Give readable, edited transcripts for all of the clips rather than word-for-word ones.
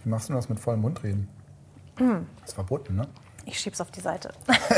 Wie machst du das mit vollem Mund reden? Das ist verboten, ne? Ich schieb's auf die Seite.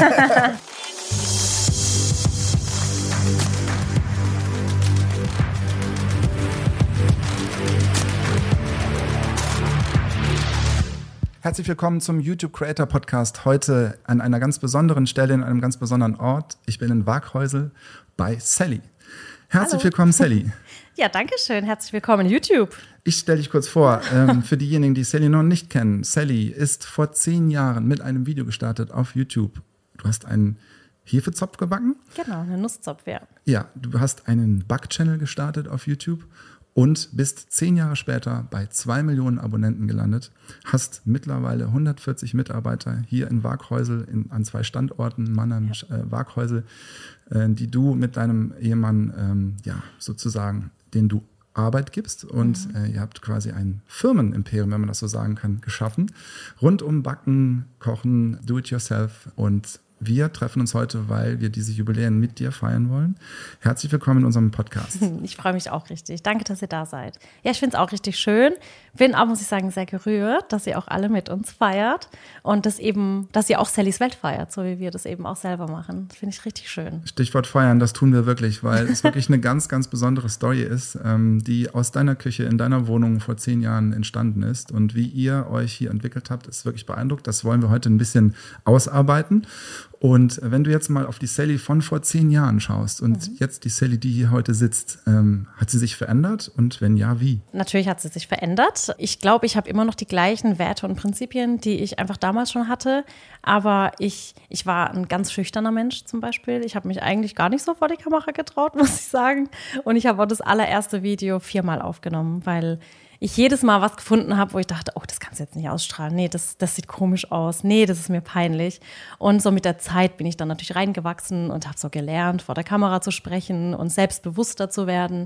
Herzlich willkommen zum YouTube Creator Podcast. Heute an einer ganz besonderen Stelle, in einem ganz besonderen Ort. Ich bin in Waaghäusel bei Sally. Herzlich willkommen, Sally. Ja, danke schön. Herzlich willkommen in YouTube. Ich stelle dich kurz vor, für diejenigen, die Sally noch nicht kennen. Sally ist vor 10 Jahren mit einem Video gestartet auf YouTube. Du hast einen Hefezopf gebacken. Genau, einen Nusszopf, ja. Ja, du hast einen Back-Channel gestartet auf YouTube und bist 10 Jahre später bei 2 Millionen Abonnenten gelandet. Hast mittlerweile 140 Mitarbeiter hier in Waaghäusel an 2 Standorten, Mannheim, Waaghäusel, die du mit deinem Ehemann, sozusagen, den du Arbeit gibst und ihr habt quasi ein Firmenimperium, wenn man das so sagen kann, geschaffen. Rund um Backen, Kochen, Do-it-yourself, und wir treffen uns heute, weil wir diese Jubiläen mit dir feiern wollen. Herzlich willkommen in unserem Podcast. Ich freue mich auch richtig. Danke, dass ihr da seid. Ja, ich finde es auch richtig schön. Bin auch, muss ich sagen, sehr gerührt, dass ihr auch alle mit uns feiert und dass ihr auch Sallys Welt feiert, so wie wir das eben auch selber machen. Das finde ich richtig schön. Stichwort feiern, das tun wir wirklich, weil es wirklich eine ganz, ganz besondere Story ist, die aus deiner Küche in deiner Wohnung vor 10 Jahren entstanden ist. Und wie ihr euch hier entwickelt habt, ist wirklich beeindruckend. Das wollen wir heute ein bisschen ausarbeiten. Und wenn du jetzt mal auf die Sally von vor 10 Jahren schaust und jetzt die Sally, die hier heute sitzt, hat sie sich verändert? Und wenn ja, wie? Natürlich hat sie sich verändert. Ich glaube, ich habe immer noch die gleichen Werte und Prinzipien, die ich einfach damals schon hatte. Aber ich war ein ganz schüchterner Mensch zum Beispiel. Ich habe mich eigentlich gar nicht so vor die Kamera getraut, muss ich sagen. Und ich habe auch das allererste Video 4-mal aufgenommen, weil ich jedes Mal was gefunden habe, wo ich dachte, oh, das kannst du jetzt nicht ausstrahlen. Nee, das sieht komisch aus. Nee, das ist mir peinlich. Und so mit der Zeit bin ich dann natürlich reingewachsen und habe so gelernt, vor der Kamera zu sprechen und selbstbewusster zu werden.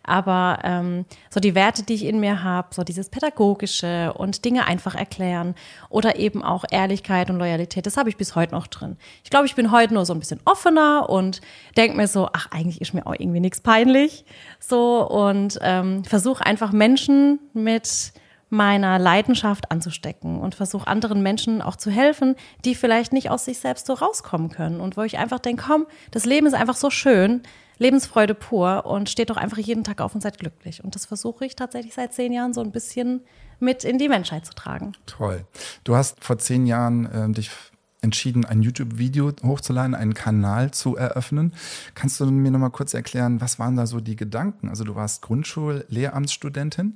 Aber so die Werte, die ich in mir habe, so dieses Pädagogische und Dinge einfach erklären oder eben auch Ehrlichkeit und Loyalität, das habe ich bis heute noch drin. Ich glaube, ich bin heute nur so ein bisschen offener und denke mir so, ach, eigentlich ist mir auch irgendwie nichts peinlich. So, und versuche einfach Menschen mit meiner Leidenschaft anzustecken und versuche anderen Menschen auch zu helfen, die vielleicht nicht aus sich selbst so rauskommen können und wo ich einfach denke, komm, das Leben ist einfach so schön, Lebensfreude pur, und steht doch einfach jeden Tag auf und seid glücklich. Und das versuche ich tatsächlich seit 10 Jahren so ein bisschen mit in die Menschheit zu tragen. Toll. Du hast vor 10 Jahren dich entschieden, ein YouTube-Video hochzuladen, einen Kanal zu eröffnen. Kannst du mir noch mal kurz erklären, was waren da so die Gedanken? Also du warst Grundschul-Lehramtsstudentin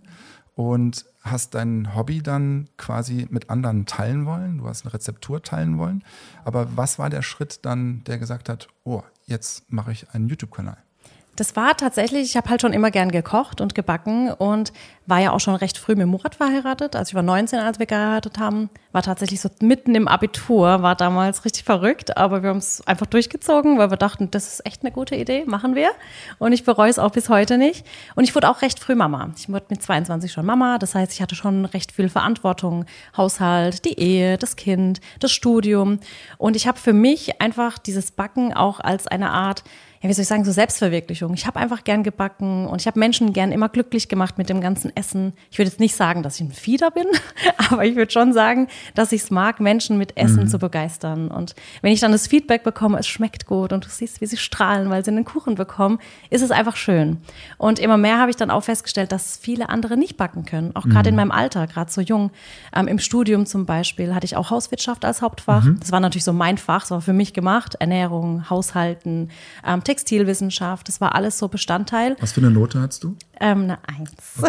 und hast dein Hobby dann quasi mit anderen teilen wollen. Du hast eine Rezeptur teilen wollen. Aber was war der Schritt dann, der gesagt hat, oh, jetzt mache ich einen YouTube-Kanal? Das war tatsächlich, ich habe halt schon immer gern gekocht und gebacken und war ja auch schon recht früh mit Murat verheiratet. Also ich war 19, als wir geheiratet haben, war tatsächlich so mitten im Abitur, war damals richtig verrückt, aber wir haben es einfach durchgezogen, weil wir dachten, das ist echt eine gute Idee, machen wir. Und ich bereue es auch bis heute nicht. Und ich wurde auch recht früh Mama. Ich wurde mit 22 schon Mama, das heißt, ich hatte schon recht viel Verantwortung, Haushalt, die Ehe, das Kind, das Studium. Und ich habe für mich einfach dieses Backen auch als eine Art, ja, wie soll ich sagen, so Selbstverwirklichung. Ich habe einfach gern gebacken und ich habe Menschen gern immer glücklich gemacht mit dem ganzen Essen. Ich würde jetzt nicht sagen, dass ich ein Fieder bin, aber ich würde schon sagen, dass ich es mag, Menschen mit Essen zu begeistern. Und wenn ich dann das Feedback bekomme, es schmeckt gut und du siehst, wie sie strahlen, weil sie einen Kuchen bekommen, ist es einfach schön. Und immer mehr habe ich dann auch festgestellt, dass viele andere nicht backen können. Auch gerade in meinem Alter, gerade so jung. Im Studium zum Beispiel hatte ich auch Hauswirtschaft als Hauptfach. Das war natürlich so mein Fach, das war für mich gemacht. Ernährung, Haushalten, Textilwissenschaft, das war alles so Bestandteil. Was für eine Note hattest du? Eine 1. Okay.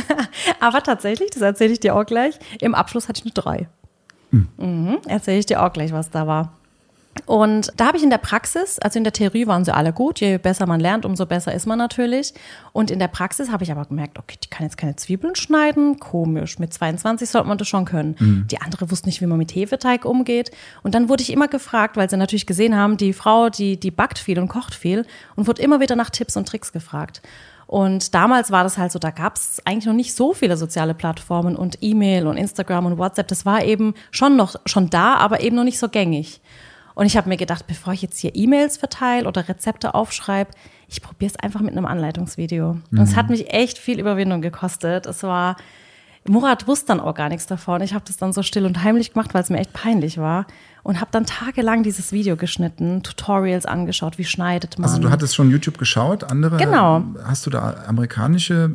Aber tatsächlich, das erzähle ich dir auch gleich, im Abschluss hatte ich eine 3. Erzähle ich dir auch gleich, was da war. Und da habe ich in der Praxis, also in der Theorie waren sie alle gut, je besser man lernt, umso besser ist man natürlich. Und in der Praxis habe ich aber gemerkt, okay, die kann jetzt keine Zwiebeln schneiden, komisch, mit 22 sollte man das schon können. Die andere wusste nicht, wie man mit Hefeteig umgeht. Und dann wurde ich immer gefragt, weil sie natürlich gesehen haben, die Frau, die backt viel und kocht viel, und wurde immer wieder nach Tipps und Tricks gefragt. Und damals war das halt so, da gab es eigentlich noch nicht so viele soziale Plattformen und E-Mail und Instagram und WhatsApp. Das war eben schon da, aber eben noch nicht so gängig. Und ich habe mir gedacht, bevor ich jetzt hier E-Mails verteile oder Rezepte aufschreibe, ich probiere es einfach mit einem Anleitungsvideo. Und es hat mich echt viel Überwindung gekostet. Es war Murat wusste dann auch gar nichts davon. Ich habe das dann so still und heimlich gemacht, weil es mir echt peinlich war. Und habe dann tagelang dieses Video geschnitten, Tutorials angeschaut, wie schneidet man. Also du hattest schon YouTube geschaut, andere? Genau. Hast du da amerikanische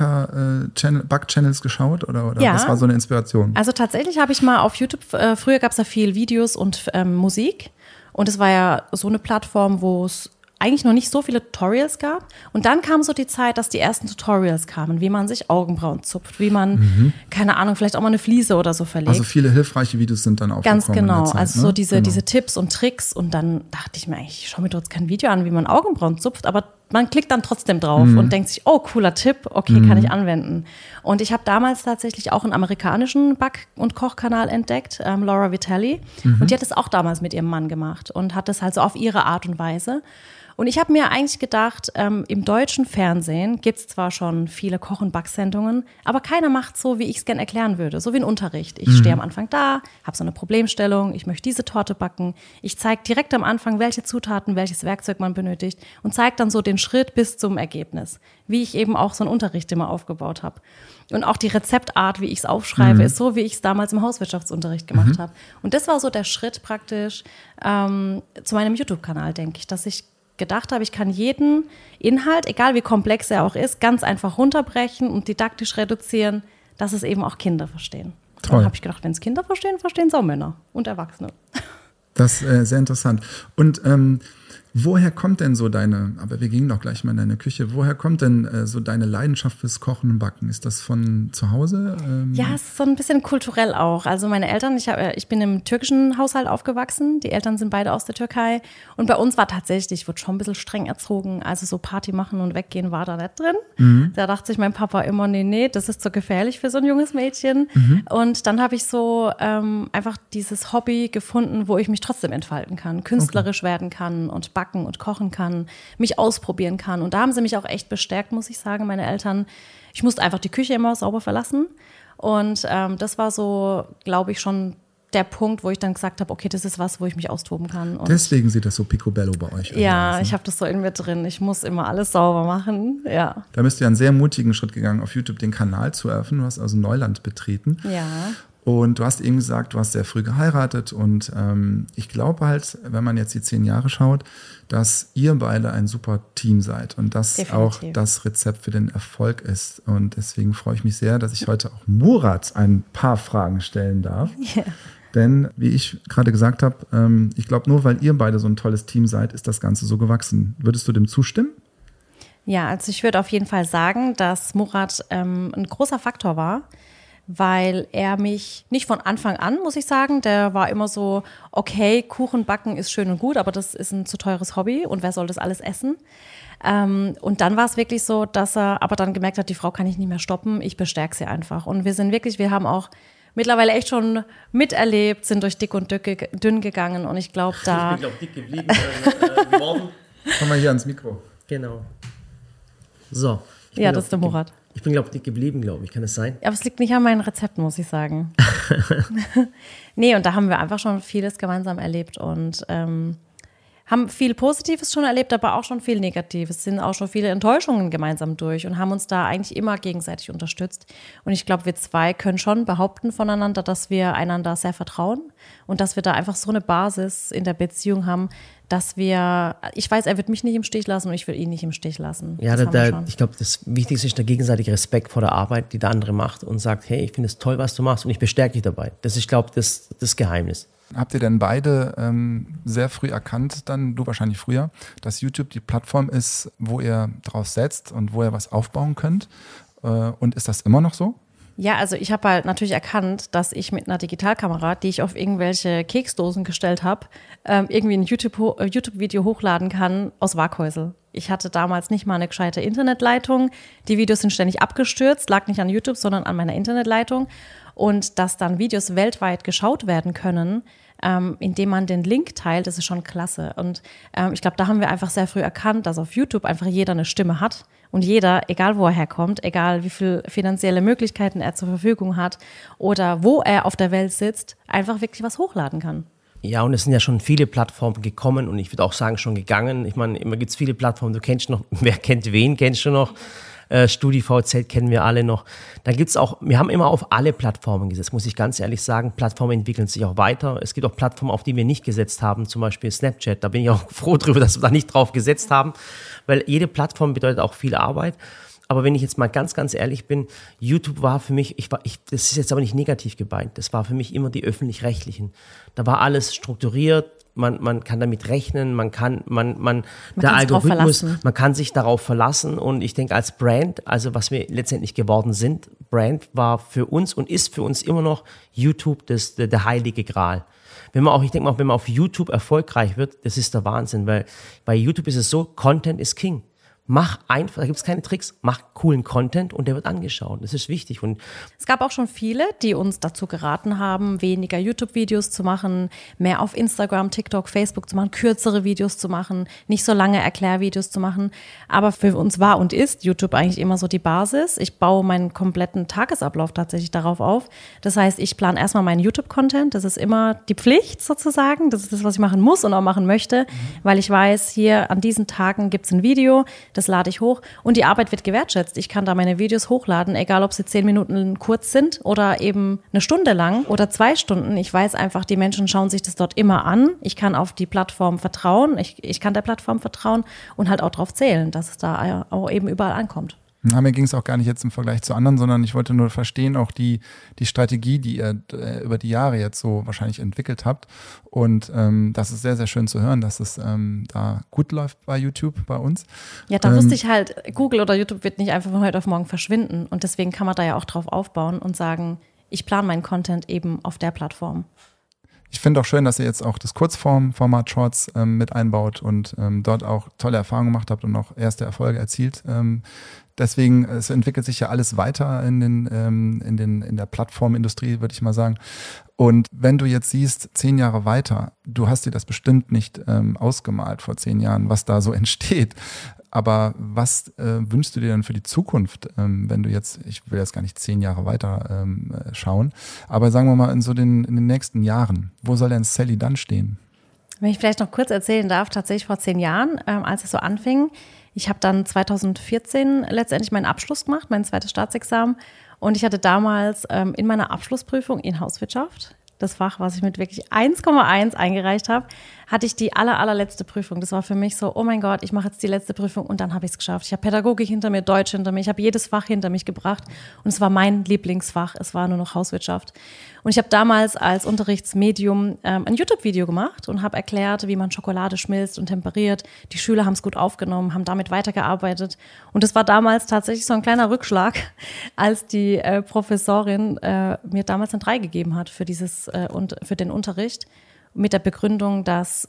Back-Channels geschaut oder Ja. Was war so eine Inspiration? Also tatsächlich habe ich mal auf YouTube, früher gab es da viel Videos und Musik. Und es war ja so eine Plattform, wo es eigentlich noch nicht so viele Tutorials gab. Und dann kam so die Zeit, dass die ersten Tutorials kamen, wie man sich Augenbrauen zupft, wie man, keine Ahnung, vielleicht auch mal eine Fliese oder so verlegt. Also viele hilfreiche Videos sind dann aufgekommen. Ganz genau, in der Zeit, also ne? so diese Tipps und Tricks. Und dann dachte ich mir eigentlich, ich schaue mir doch jetzt kein Video an, wie man Augenbrauen zupft, aber man klickt dann trotzdem drauf und denkt sich, oh, cooler Tipp, okay, kann ich anwenden. Und ich habe damals tatsächlich auch einen amerikanischen Back- und Kochkanal entdeckt, Laura Vitale. Und die hat es auch damals mit ihrem Mann gemacht und hat es halt so auf ihre Art und Weise. Und ich habe mir eigentlich gedacht, im deutschen Fernsehen gibt es zwar schon viele Koch- und Backsendungen, aber keiner macht so, wie ich es gerne erklären würde, so wie ein Unterricht. Ich stehe am Anfang da, habe so eine Problemstellung, ich möchte diese Torte backen. Ich zeige direkt am Anfang, welche Zutaten, welches Werkzeug man benötigt und zeige dann so den Schritt bis zum Ergebnis, wie ich eben auch so einen Unterricht immer aufgebaut habe. Und auch die Rezeptart, wie ich es aufschreibe, ist so, wie ich es damals im Hauswirtschaftsunterricht gemacht habe. Und das war so der Schritt praktisch zu meinem YouTube-Kanal, denke ich, dass ich gedacht habe, ich kann jeden Inhalt, egal wie komplex er auch ist, ganz einfach runterbrechen und didaktisch reduzieren, dass es eben auch Kinder verstehen. Toll. Dann habe ich gedacht, wenn es Kinder verstehen, verstehen es auch Männer und Erwachsene. Das ist sehr interessant. Und woher kommt denn so aber wir gehen doch gleich mal in deine Küche, woher kommt denn so deine Leidenschaft fürs Kochen und Backen? Ist das von zu Hause? Ja, es ist so ein bisschen kulturell auch. Also meine Eltern, ich bin im türkischen Haushalt aufgewachsen. Die Eltern sind beide aus der Türkei. Und bei uns war tatsächlich, ich wurde schon ein bisschen streng erzogen. Also so Party machen und weggehen war da nicht drin. Da dachte sich mein Papa immer, nee, das ist zu gefährlich für so ein junges Mädchen. Und dann habe ich so einfach dieses Hobby gefunden, wo ich mich trotzdem entfalten kann, künstlerisch werden kann und backen und kochen kann, mich ausprobieren kann. Und da haben sie mich auch echt bestärkt, muss ich sagen, meine Eltern. Ich musste einfach die Küche immer sauber verlassen. Und das war so, glaube ich, schon der Punkt, wo ich dann gesagt habe, okay, das ist was, wo ich mich austoben kann. Und deswegen sieht das so picobello bei euch aus. Ja, ich habe das so in mir drin. Ich muss immer alles sauber machen, ja. Da bist du ja einen sehr mutigen Schritt gegangen, auf YouTube den Kanal zu eröffnen. Du hast also Neuland betreten. Ja. Und du hast eben gesagt, du hast sehr früh geheiratet und ich glaube halt, wenn man jetzt die 10 Jahre schaut, dass ihr beide ein super Team seid und das Definitiv. auch das Rezept für den Erfolg ist. Und deswegen freue ich mich sehr, dass ich heute auch Murat ein paar Fragen stellen darf. Yeah. Denn, wie ich gerade gesagt habe, ich glaube, nur weil ihr beide so ein tolles Team seid, ist das Ganze so gewachsen. Würdest du dem zustimmen? Ja, also ich würde auf jeden Fall sagen, dass Murat ein großer Faktor war, weil er mich nicht von Anfang an, muss ich sagen, der war immer so, okay, Kuchen backen ist schön und gut, aber das ist ein zu teures Hobby und wer soll das alles essen? Und dann war es wirklich so, dass er aber dann gemerkt hat, die Frau kann ich nicht mehr stoppen, ich bestärke sie einfach. Und wir haben auch mittlerweile echt schon miterlebt, sind durch dick und dünn gegangen und ich glaube, da... Ich bin, glaube dick geblieben geworden. Komm mal hier ans Mikro. Genau. So. Ja, das ist der Murat. Ich bin, glaube ich, dick geblieben, glaube ich. Kann es sein? Aber es liegt nicht an meinen Rezepten, muss ich sagen. Nee, und da haben wir einfach schon vieles gemeinsam erlebt und haben viel Positives schon erlebt, aber auch schon viel Negatives, sind auch schon viele Enttäuschungen gemeinsam durch und haben uns da eigentlich immer gegenseitig unterstützt. Und ich glaube, wir zwei können schon behaupten voneinander, dass wir einander sehr vertrauen und dass wir da einfach so eine Basis in der Beziehung haben, dass ich weiß, er wird mich nicht im Stich lassen und ich will ihn nicht im Stich lassen. Ja, ich glaube, das Wichtigste ist der gegenseitige Respekt vor der Arbeit, die der andere macht und sagt, hey, ich finde es toll, was du machst und ich bestärke dich dabei. Das ist, ich glaube, das Geheimnis. Habt ihr denn beide sehr früh erkannt, dann du wahrscheinlich früher, dass YouTube die Plattform ist, wo ihr drauf setzt und wo ihr was aufbauen könnt? Und ist das immer noch so? Ja, also ich habe halt natürlich erkannt, dass ich mit einer Digitalkamera, die ich auf irgendwelche Keksdosen gestellt habe, irgendwie ein YouTube-Video hochladen kann aus Waaghäusel. Ich hatte damals nicht mal eine gescheite Internetleitung. Die Videos sind ständig abgestürzt, lag nicht an YouTube, sondern an meiner Internetleitung. Und dass dann Videos weltweit geschaut werden können, indem man den Link teilt, das ist schon klasse. Und ich glaube, da haben wir einfach sehr früh erkannt, dass auf YouTube einfach jeder eine Stimme hat und jeder, egal wo er herkommt, egal wie viel finanzielle Möglichkeiten er zur Verfügung hat oder wo er auf der Welt sitzt, einfach wirklich was hochladen kann. Ja, und es sind ja schon viele Plattformen gekommen und ich würde auch sagen, schon gegangen. Ich meine, immer gibt es viele Plattformen, du kennst noch, wer kennt wen, kennst du noch. StudiVZ kennen wir alle noch. Da gibt's auch, wir haben immer auf alle Plattformen gesetzt, muss ich ganz ehrlich sagen. Plattformen entwickeln sich auch weiter. Es gibt auch Plattformen, auf die wir nicht gesetzt haben, zum Beispiel Snapchat. Da bin ich auch froh drüber, dass wir da nicht drauf gesetzt haben, weil jede Plattform bedeutet auch viel Arbeit. Aber wenn ich jetzt mal ganz, ganz ehrlich bin, YouTube war für mich, das ist jetzt aber nicht negativ gemeint, das war für mich immer die Öffentlich-Rechtlichen. Da war alles strukturiert, man kann damit rechnen, der Algorithmus, man kann sich darauf verlassen. Und ich denke, als Brand, also was wir letztendlich geworden sind, Brand war für uns und ist für uns immer noch YouTube der heilige Gral. Wenn man auf YouTube erfolgreich wird, das ist der Wahnsinn, weil bei YouTube ist es so, Content is King. Mach einfach, da gibt es keine Tricks, mach coolen Content und der wird angeschaut. Das ist wichtig. Und es gab auch schon viele, die uns dazu geraten haben, weniger YouTube-Videos zu machen, mehr auf Instagram, TikTok, Facebook zu machen, kürzere Videos zu machen, nicht so lange Erklärvideos zu machen. Aber für uns war und ist YouTube eigentlich immer so die Basis. Ich baue meinen kompletten Tagesablauf tatsächlich darauf auf. Das heißt, ich plane erstmal meinen YouTube-Content. Das ist immer die Pflicht sozusagen. Das ist das, was ich machen muss und auch machen möchte, weil ich weiß, hier an diesen Tagen gibt es ein Video, das lade ich hoch und die Arbeit wird gewertschätzt. Ich kann da meine Videos hochladen, egal ob sie 10 Minuten kurz sind oder eben eine Stunde lang oder 2 Stunden. Ich weiß einfach, die Menschen schauen sich das dort immer an. Ich kann auf die Plattform vertrauen. Ich kann der Plattform vertrauen und halt auch darauf zählen, dass es da auch eben überall ankommt. Na, mir ging es auch gar nicht jetzt im Vergleich zu anderen, sondern ich wollte nur verstehen, auch die Strategie, die ihr über die Jahre jetzt so wahrscheinlich entwickelt habt. Und das ist sehr, sehr schön zu hören, dass es da gut läuft bei YouTube, bei uns. Ja, da wusste ich halt, Google oder YouTube wird nicht einfach von heute auf morgen verschwinden. Und deswegen kann man da ja auch drauf aufbauen und sagen, ich plane meinen Content eben auf der Plattform. Ich finde auch schön, dass ihr jetzt auch das Kurzform-Format Shorts mit einbaut und dort auch tolle Erfahrungen gemacht habt und auch erste Erfolge erzielt. Deswegen, es entwickelt sich ja alles weiter in der Plattformindustrie, würde ich mal sagen. Und wenn du jetzt siehst, 10 Jahre weiter, du hast dir das bestimmt nicht ausgemalt vor 10 Jahren, was da so entsteht. Aber was wünschst du dir denn für die Zukunft, wenn du jetzt, ich will jetzt gar nicht 10 Jahre weiter schauen, aber sagen wir mal in den nächsten Jahren, wo soll denn Sally dann stehen? Wenn ich vielleicht noch kurz erzählen darf, tatsächlich vor 10 Jahren, als es so anfing, ich habe dann 2014 letztendlich meinen Abschluss gemacht, mein zweites Staatsexamen. Und ich hatte damals in meiner Abschlussprüfung in Hauswirtschaft, das Fach, was ich mit wirklich 1,1 eingereicht habe, hatte ich die allerletzte Prüfung. Das war für mich so, oh mein Gott, ich mache jetzt die letzte Prüfung und dann habe ich es geschafft. Ich habe Pädagogik hinter mir, Deutsch hinter mir, ich habe jedes Fach hinter mich gebracht und es war mein Lieblingsfach, es war nur noch Hauswirtschaft. Und ich habe damals als Unterrichtsmedium ein YouTube-Video gemacht und habe erklärt, wie man Schokolade schmilzt und temperiert. Die Schüler haben es gut aufgenommen, haben damit weitergearbeitet. Und das war damals tatsächlich so ein kleiner Rückschlag, als die Professorin mir damals ein 3 gegeben hat für für den Unterricht. Mit der Begründung, dass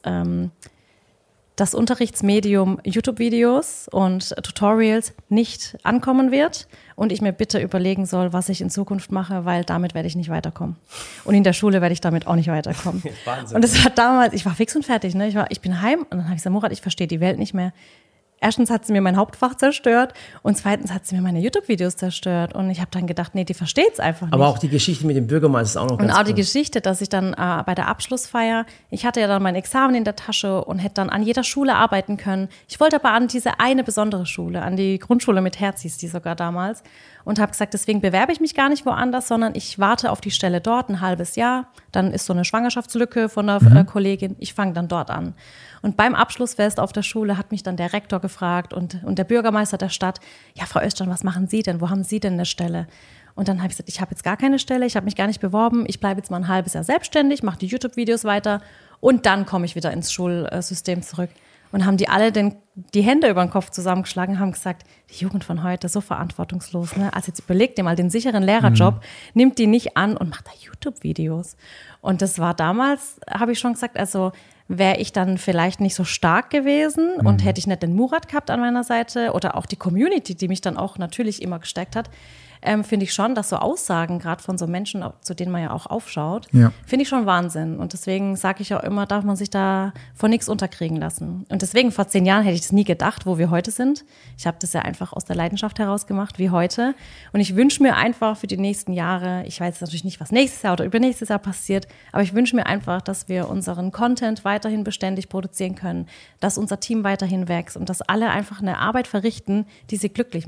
das Unterrichtsmedium YouTube-Videos und Tutorials nicht ankommen wird und ich mir bitte überlegen soll, was ich in Zukunft mache, weil damit werde ich nicht weiterkommen. Und in der Schule werde ich damit auch nicht weiterkommen. Wahnsinn. Und das war damals, ich war fix und fertig, ne? Ich bin heim und dann habe ich gesagt, Murat, ich verstehe die Welt nicht mehr. Erstens hat sie mir mein Hauptfach zerstört und zweitens hat sie mir meine YouTube-Videos zerstört. Und ich habe dann gedacht, nee, die versteht es einfach nicht. Aber auch die Geschichte mit dem Bürgermeister ist auch noch ganz Und auch die cool. Geschichte, dass ich dann bei der Abschlussfeier, ich hatte ja dann mein Examen in der Tasche und hätte dann an jeder Schule arbeiten können. Ich wollte aber an diese eine besondere Schule, an die Grundschule mit Herz hieß die sogar damals. Und habe gesagt, deswegen bewerbe ich mich gar nicht woanders, sondern ich warte auf die Stelle dort ein halbes Jahr. Dann ist so eine Schwangerschaftslücke von einer Kollegin. Ich fange dann dort an. Und beim Abschlussfest auf der Schule hat mich dann der Rektor gefragt und der Bürgermeister der Stadt, ja, Frau Özcan, was machen Sie denn? Wo haben Sie denn eine Stelle? Und dann habe ich gesagt, ich habe jetzt gar keine Stelle, ich habe mich gar nicht beworben, ich bleibe jetzt mal ein halbes Jahr selbstständig, mache die YouTube-Videos weiter und dann komme ich wieder ins Schulsystem zurück. Und haben die alle die Hände über den Kopf zusammengeschlagen, haben gesagt, die Jugend von heute ist so verantwortungslos. Ne? Also jetzt überlegt ihr mal den sicheren Lehrerjob, nimmt die nicht an und macht da YouTube-Videos. Und das war damals, habe ich schon gesagt, also wäre ich dann vielleicht nicht so stark gewesen und hätte ich nicht den Murat gehabt an meiner Seite oder auch die Community, die mich dann auch natürlich immer gestärkt hat, finde ich schon, dass so Aussagen, gerade von so Menschen, zu denen man ja auch aufschaut, finde ich schon Wahnsinn. Und deswegen sage ich auch immer, darf man sich da von nichts unterkriegen lassen. Und deswegen vor 10 Jahren hätte ich das nie gedacht, wo wir heute sind. Ich habe das ja einfach aus der Leidenschaft heraus gemacht, wie heute. Und ich wünsche mir einfach für die nächsten Jahre, ich weiß natürlich nicht, was nächstes Jahr oder übernächstes Jahr passiert, aber ich wünsche mir einfach, dass wir unseren Content weiterhin beständig produzieren können, dass unser Team weiterhin wächst und dass alle einfach eine Arbeit verrichten, die sie glücklich macht.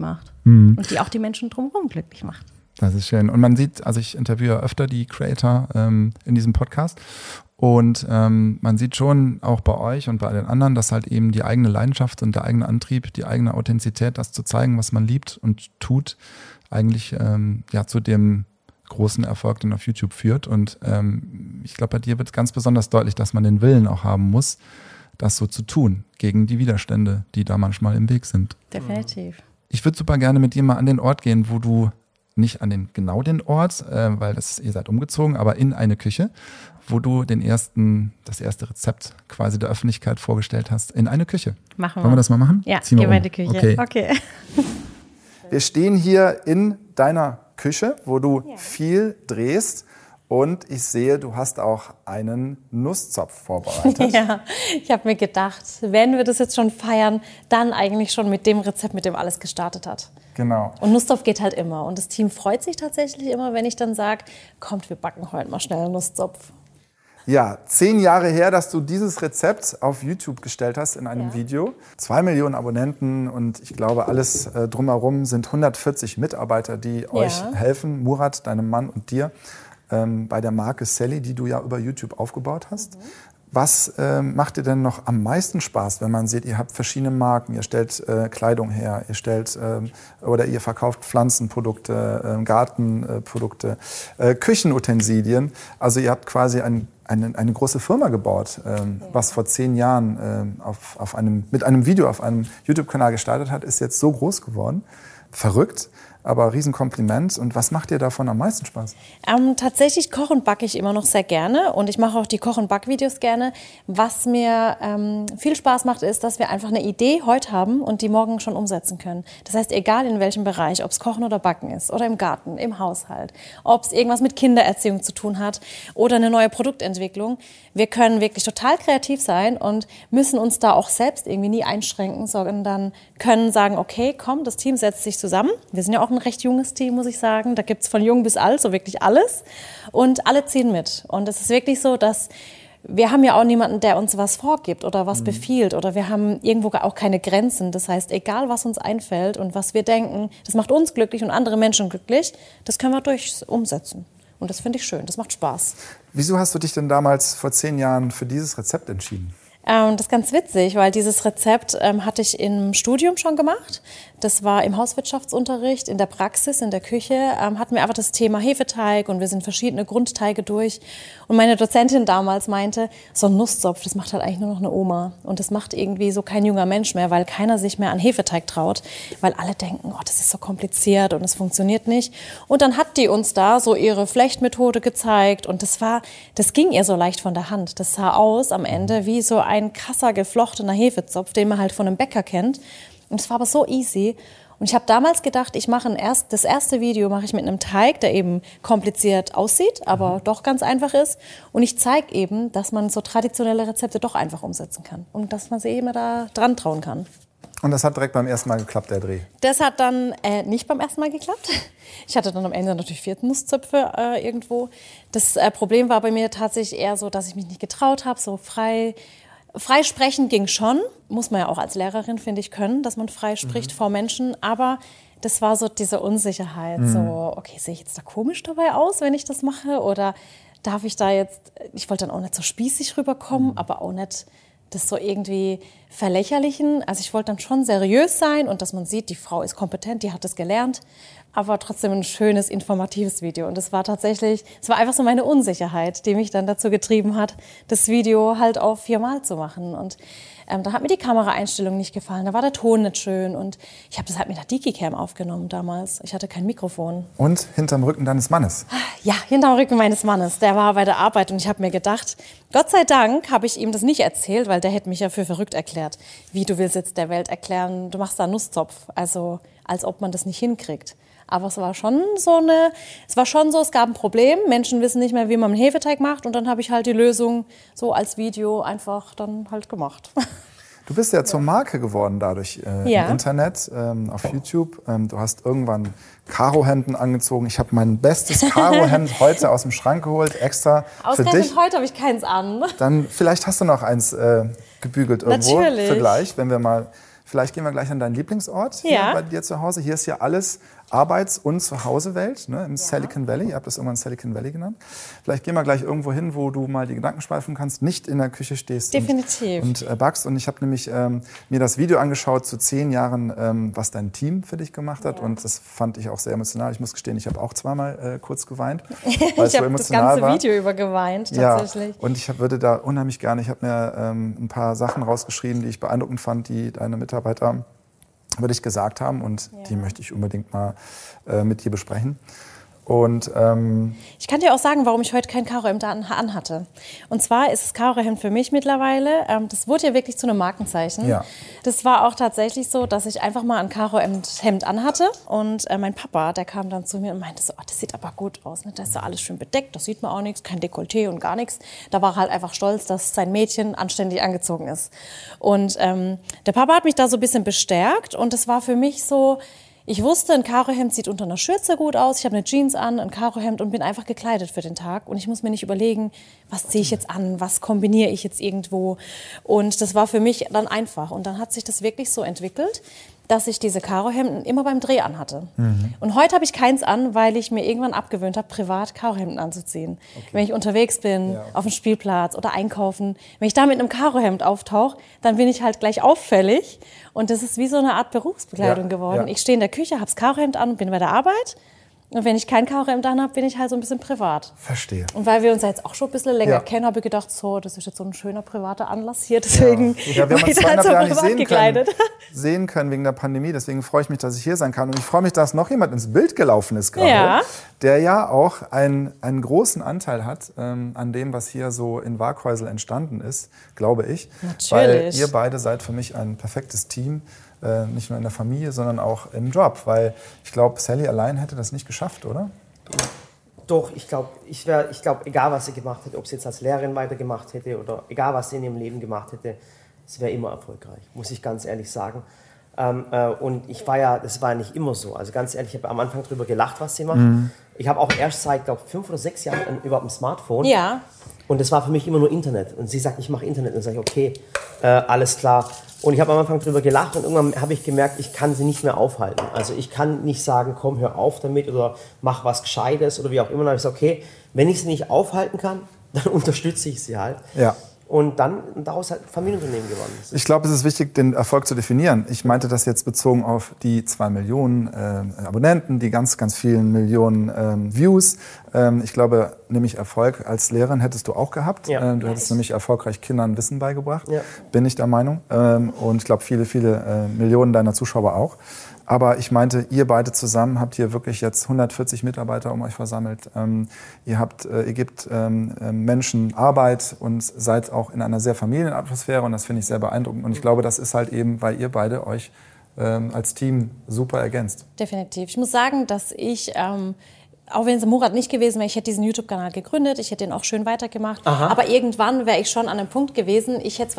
Und die auch die Menschen drumherum glücklich macht. Das ist schön. Und man sieht, also ich interviewe öfter die Creator in diesem Podcast. Und man sieht schon auch bei euch und bei den anderen, dass halt eben die eigene Leidenschaft und der eigene Antrieb, die eigene Authentizität, das zu zeigen, was man liebt und tut, eigentlich zu dem großen Erfolg, den auf YouTube führt. Und ich glaube, bei dir wird ganz besonders deutlich, dass man den Willen auch haben muss, das so zu tun, gegen die Widerstände, die da manchmal im Weg sind. Definitiv. Ich würde super gerne mit dir mal an den Ort gehen, wo du, nicht an den Ort, weil ihr seid umgezogen, aber in eine Küche, wo du das erste Rezept quasi der Öffentlichkeit vorgestellt hast, in eine Küche. Machen wir. Wollen wir das mal machen? Ja, gehen wir in die Küche. Okay. Wir stehen hier in deiner Küche, wo du viel drehst. Und ich sehe, du hast auch einen Nusszopf vorbereitet. Ja, ich habe mir gedacht, wenn wir das jetzt schon feiern, dann eigentlich schon mit dem Rezept, mit dem alles gestartet hat. Genau. Und Nusszopf geht halt immer. Und das Team freut sich tatsächlich immer, wenn ich dann sage, kommt, wir backen heute mal schnell einen Nusszopf. Ja, 10 Jahre her, dass du dieses Rezept auf YouTube gestellt hast in einem Video. 2 Millionen Abonnenten und ich glaube, alles drumherum sind 140 Mitarbeiter, die euch helfen, Murat, deinem Mann und dir, bei der Marke Sally, die du ja über YouTube aufgebaut hast. Was macht dir denn noch am meisten Spaß, wenn man sieht, ihr habt verschiedene Marken, ihr stellt Kleidung her, oder ihr verkauft Pflanzenprodukte, Gartenprodukte, Küchenutensilien. Also ihr habt quasi eine große Firma gebaut, was vor 10 Jahren mit einem Video auf einem YouTube-Kanal gestartet hat, ist jetzt so groß geworden. Verrückt. Aber Riesenkompliment. Und was macht dir davon am meisten Spaß? Tatsächlich koche und backe ich immer noch sehr gerne. Und ich mache auch die Koch- und Backvideos gerne. Was mir viel Spaß macht, ist, dass wir einfach eine Idee heute haben und die morgen schon umsetzen können. Das heißt, egal in welchem Bereich, ob es Kochen oder Backen ist oder im Garten, im Haushalt, ob es irgendwas mit Kindererziehung zu tun hat oder eine neue Produktentwicklung. Wir können wirklich total kreativ sein und müssen uns da auch selbst irgendwie nie einschränken, sondern können sagen, okay, komm, das Team setzt sich zusammen. Wir sind ja auch ein recht junges Team, muss ich sagen. Da gibt es von jung bis alt so wirklich alles. Und alle ziehen mit. Und es ist wirklich so, dass wir haben ja auch niemanden, der uns was vorgibt oder was befiehlt. Oder wir haben irgendwo auch keine Grenzen. Das heißt, egal was uns einfällt und was wir denken, das macht uns glücklich und andere Menschen glücklich, das können wir umsetzen. Und das finde ich schön, das macht Spaß. Wieso hast du dich denn damals vor 10 Jahren für dieses Rezept entschieden? Das ist ganz witzig, weil dieses Rezept hatte ich im Studium schon gemacht. Das war im Hauswirtschaftsunterricht, in der Praxis, in der Küche. Hatten wir einfach das Thema Hefeteig und wir sind verschiedene Grundteige durch. Und meine Dozentin damals meinte, so ein Nusszopf, das macht halt eigentlich nur noch eine Oma. Und das macht irgendwie so kein junger Mensch mehr, weil keiner sich mehr an Hefeteig traut. Weil alle denken, oh, das ist so kompliziert und es funktioniert nicht. Und dann hat die uns da so ihre Flechtmethode gezeigt. Und das ging ihr so leicht von der Hand. Das sah aus am Ende wie so ein krasser, geflochtener Hefezopf, den man halt von einem Bäcker kennt. Und es war aber so easy. Und ich habe damals gedacht, ich mache das erste Video mache ich mit einem Teig, der eben kompliziert aussieht, aber doch ganz einfach ist. Und ich zeige eben, dass man so traditionelle Rezepte doch einfach umsetzen kann. Und dass man sich eben da dran trauen kann. Und das hat direkt beim ersten Mal geklappt, der Dreh? Das hat dann nicht beim ersten Mal geklappt. Ich hatte dann am Ende natürlich 4 Nusszöpfe irgendwo. Das Problem war bei mir tatsächlich eher so, dass ich mich nicht getraut habe, so frei sprechen ging schon, muss man ja auch als Lehrerin, finde ich, können, dass man frei spricht vor Menschen, aber das war so diese Unsicherheit, so, okay, sehe ich jetzt da komisch dabei aus, wenn ich das mache oder darf ich da jetzt, ich wollte dann auch nicht so spießig rüberkommen, aber auch nicht das so irgendwie verlächerlichen, also ich wollte dann schon seriös sein und dass man sieht, die Frau ist kompetent, die hat das gelernt, aber trotzdem ein schönes, informatives Video. Und es war einfach so meine Unsicherheit, die mich dann dazu getrieben hat, das Video halt auf 4-mal zu machen. Und da hat mir die Kameraeinstellung nicht gefallen, da war der Ton nicht schön. Und ich habe das halt mit der Digicam aufgenommen damals. Ich hatte kein Mikrofon. Und hinterm Rücken deines Mannes? Ja, hinterm Rücken meines Mannes. Der war bei der Arbeit und ich habe mir gedacht, Gott sei Dank habe ich ihm das nicht erzählt, weil der hätte mich ja für verrückt erklärt. Wie, du willst jetzt der Welt erklären, du machst da einen Nusszopf. Also, als ob man das nicht hinkriegt. Aber es war schon so, es gab ein Problem. Menschen wissen nicht mehr, wie man einen Hefeteig macht. Und dann habe ich halt die Lösung so als Video einfach dann halt gemacht. Du bist ja zur Marke geworden dadurch im Internet, auf YouTube. Du hast irgendwann Karohemden angezogen. Ich habe mein bestes Karohemd heute aus dem Schrank geholt, extra für dich. Heute habe ich keins an. Dann vielleicht hast du noch eins gebügelt irgendwo. Natürlich. Für gleich, wenn wir mal Vielleicht gehen wir gleich an deinen Lieblingsort hier Ja. bei dir zu Hause. Hier ist ja alles Arbeits- und Zuhausewelt, ne, im Silicon Valley. Ihr habt das irgendwann Silicon Valley genannt. Vielleicht gehen wir gleich irgendwo hin, wo du mal die Gedanken schweifen kannst, nicht in der Küche stehst Definitiv. und backst. Und ich habe nämlich mir das Video angeschaut zu 10 Jahren, was dein Team für dich gemacht hat. Und das fand ich auch sehr emotional. Ich muss gestehen, ich habe auch zweimal kurz geweint, weil es Ich so habe das emotional ganze war. Video über geweint, Ja, tatsächlich. und ich würde da unheimlich gerne, ich habe mir ein paar Sachen rausgeschrieben, die ich beeindruckend fand, die deine Mitarbeiter über dich gesagt haben, und die möchte ich unbedingt mal mit dir besprechen. Und Ich kann dir auch sagen, warum ich heute kein Karohemd anhatte. Und zwar ist das Karohemd für mich mittlerweile, das wurde ja wirklich zu einem Markenzeichen. Ja. Das war auch tatsächlich so, dass ich einfach mal ein Karohemd anhatte. Und mein Papa, der kam dann zu mir und meinte so, oh, das sieht aber gut aus. Ne? Da ist so alles schön bedeckt, das sieht man auch nichts, kein Dekolleté und gar nichts. Da war er halt einfach stolz, dass sein Mädchen anständig angezogen ist. Und der Papa hat mich da so ein bisschen bestärkt, und das war für mich so... Ich wusste, ein Karohemd sieht unter einer Schürze gut aus. Ich habe eine Jeans an, ein Karohemd und bin einfach gekleidet für den Tag. Und ich muss mir nicht überlegen, was ziehe ich jetzt an, was kombiniere ich jetzt irgendwo. Und das war für mich dann einfach. Und dann hat sich das wirklich so entwickelt, dass ich diese Karohemden immer beim Dreh anhatte. Und heute habe ich keins an, weil ich mir irgendwann abgewöhnt habe, privat Karohemden anzuziehen. Wenn ich unterwegs bin, auf dem Spielplatz oder einkaufen, wenn ich da mit einem Karohemd auftauche, dann bin ich halt gleich auffällig. Und das ist wie so eine Art Berufsbekleidung geworden. Ich stehe in der Küche, habe das Karohemd an und bin bei der Arbeit. Und wenn ich kein Karohemd an habe, bin ich halt so ein bisschen privat. verstehe. Und weil wir uns ja jetzt auch schon ein bisschen länger Ja. kennen, habe ich gedacht, so, das ist jetzt so ein schöner privater Anlass hier. Deswegen Ja, wir haben war uns ich halt 2,5 so Jahre nicht privat gekleidet. sehen können wegen der Pandemie. Deswegen freue ich mich, dass ich hier sein kann. Und ich freue mich, dass noch jemand ins Bild gelaufen ist gerade, Ja. der ja auch einen großen Anteil hat an dem, was hier so in Waaghäusel entstanden ist, glaube ich. Natürlich. Weil ihr beide seid für mich ein perfektes Team. Nicht nur in der Familie, sondern auch im Job. Weil ich glaube, Sally allein hätte das nicht geschafft, oder? Doch, ich glaube, egal was sie gemacht hätte, ob sie jetzt als Lehrerin weitergemacht hätte oder egal was sie in ihrem Leben gemacht hätte, sie wäre immer erfolgreich, muss ich ganz ehrlich sagen. Und das war ja nicht immer so. Also ganz ehrlich, ich habe am Anfang darüber gelacht, was sie macht. Ich habe auch erst seit, glaube ich, 5 oder 6 Jahren überhaupt ein Smartphone. Ja. Und das war für mich immer nur Internet. Und sie sagt, ich mache Internet. Und dann sage ich, okay, alles klar. Und ich habe am Anfang darüber gelacht und irgendwann habe ich gemerkt, ich kann sie nicht mehr aufhalten. Also ich kann nicht sagen, komm, hör auf damit oder mach was Gescheites oder wie auch immer. Dann habe ich gesagt, okay, wenn ich sie nicht aufhalten kann, dann unterstütze ich sie halt. Ja. Und dann daraus halt ein Familienunternehmen geworden ist. Ich glaube, es ist wichtig, den Erfolg zu definieren. Ich meinte das jetzt bezogen auf die 2 Millionen Abonnenten, die ganz, ganz vielen Millionen Views. Ich glaube, nämlich Erfolg als Lehrerin hättest du auch gehabt. Ja. Du hättest nämlich erfolgreich Kindern Wissen beigebracht, Ja. bin ich der Meinung. Und ich glaube, viele, viele Millionen deiner Zuschauer auch. Aber ich meinte, ihr beide zusammen habt hier wirklich jetzt 140 Mitarbeiter um euch versammelt. Ihr gebt Menschen Arbeit und seid auch in einer sehr Familienatmosphäre, und das finde ich sehr beeindruckend. Und ich glaube, das ist halt eben, weil ihr beide euch als Team super ergänzt. Definitiv. Ich muss sagen, dass ich, auch wenn es Murat nicht gewesen wäre, ich hätte diesen YouTube-Kanal gegründet, ich hätte den auch schön weitergemacht. Aha. Aber irgendwann wäre ich schon an einem Punkt gewesen, ich hätte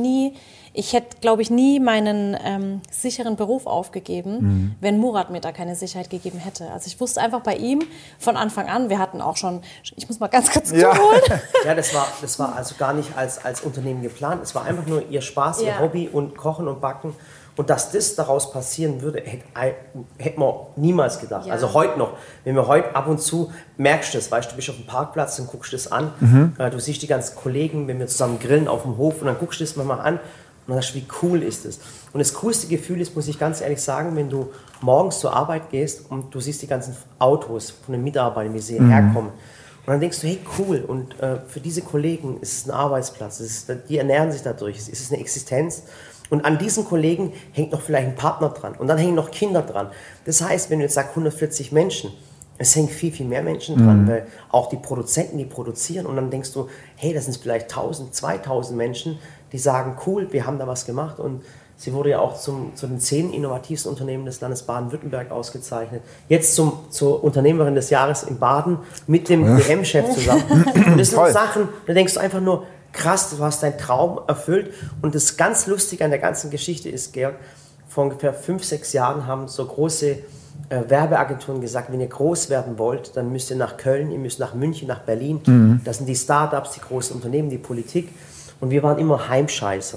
glaube ich, nie meinen sicheren Beruf aufgegeben, wenn Murat mir da keine Sicherheit gegeben hätte. Also ich wusste einfach bei ihm von Anfang an, wir hatten auch schon, ich muss mal ganz kurz holen. Ja, das war also gar nicht als Unternehmen geplant. Es war einfach nur ihr Spaß, ihr Ja. Hobby und Kochen und Backen. Und dass das daraus passieren würde, hätte man niemals gedacht. Ja. Also heute noch. Wenn wir heute ab und zu merkst du das, weißt du, bist auf dem Parkplatz, dann guckst du das an. Du siehst die ganzen Kollegen, wenn wir zusammen grillen auf dem Hof, und dann guckst du das mal an und dann sagst du, wie cool ist das? Und das coolste Gefühl ist, muss ich ganz ehrlich sagen, wenn du morgens zur Arbeit gehst und du siehst die ganzen Autos von den Mitarbeitern, wie sie herkommen. Und dann denkst du, hey, cool, und für diese Kollegen ist es ein Arbeitsplatz, die ernähren sich dadurch, es ist eine Existenz. Und an diesen Kollegen hängt noch vielleicht ein Partner dran. Und dann hängen noch Kinder dran. Das heißt, wenn du jetzt sagst 140 Menschen, es hängen viel, viel mehr Menschen dran, weil auch die Produzenten, die produzieren. Und dann denkst du, hey, das sind vielleicht 1000, 2000 Menschen, die sagen, cool, wir haben da was gemacht. Und sie wurde ja auch zu den 10 innovativsten Unternehmen des Landes Baden-Württemberg ausgezeichnet. Jetzt zur Unternehmerin des Jahres in Baden mit dem DM-Chef zusammen. Und das sind Sachen, da denkst du einfach nur, krass, du hast deinen Traum erfüllt. Und das ganz Lustige an der ganzen Geschichte ist, Georg, vor ungefähr 5, 6 Jahren haben so große Werbeagenturen gesagt, wenn ihr groß werden wollt, dann müsst ihr nach Köln, ihr müsst nach München, nach Berlin. Das sind die Startups, die großen Unternehmen, die Politik. Und wir waren immer Heimscheißer.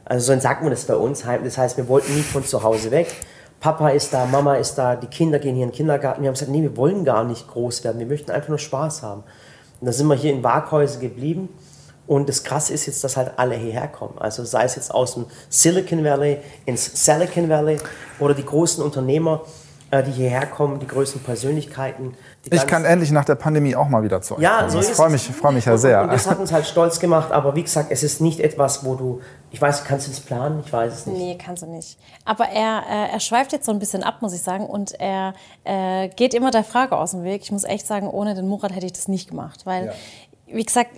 Also so sagt man das bei uns. Das heißt, wir wollten nie von zu Hause weg. Papa ist da, Mama ist da, die Kinder gehen hier in den Kindergarten. Wir haben gesagt, nee, wir wollen gar nicht groß werden, wir möchten einfach nur Spaß haben. Und da sind wir hier in Waaghäusel geblieben. Und das Krasse ist jetzt, dass halt alle hierher kommen. Also sei es jetzt aus dem Silicon Valley ins Silicon Valley oder die großen Unternehmer, die hierher kommen, die größten Persönlichkeiten. Ich kann endlich nach der Pandemie auch mal wieder zurück. Ja, so ist es. Ich freue mich ja sehr. Und das hat uns halt stolz gemacht. Aber wie gesagt, es ist nicht etwas, wo du, ich weiß, kannst du das planen? Ich weiß es nicht. Nee, kannst du nicht. Aber er schweift jetzt so ein bisschen ab, muss ich sagen. Und er geht immer der Frage aus dem Weg. Ich muss echt sagen, ohne den Murat hätte ich das nicht gemacht. Weil wie gesagt,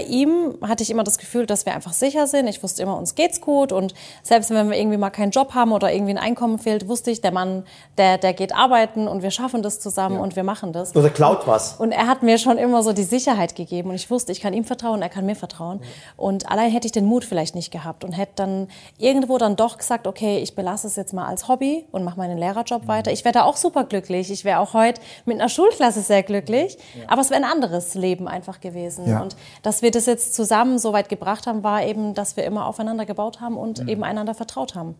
hatte ich immer das Gefühl, dass wir einfach sicher sind. Ich wusste immer, uns geht's gut. Und selbst wenn wir irgendwie mal keinen Job haben oder irgendwie ein Einkommen fehlt, wusste ich, der Mann, der geht arbeiten und wir schaffen das zusammen und wir machen das. Oder klaut was. Und er hat mir schon immer so die Sicherheit gegeben. Und ich wusste, ich kann ihm vertrauen, er kann mir vertrauen. Und allein hätte ich den Mut vielleicht nicht gehabt und hätte dann irgendwo dann doch gesagt, okay, ich belasse es jetzt mal als Hobby und mache meinen Lehrerjob weiter. Ich wäre da auch super glücklich. Ich wäre auch heute mit einer Schulklasse sehr glücklich. Aber es wäre ein anderes Leben einfach gewesen. Ja. Und dass wir das jetzt zusammen so weit gebracht haben, war eben, dass wir immer aufeinander gebaut haben und eben einander vertraut haben.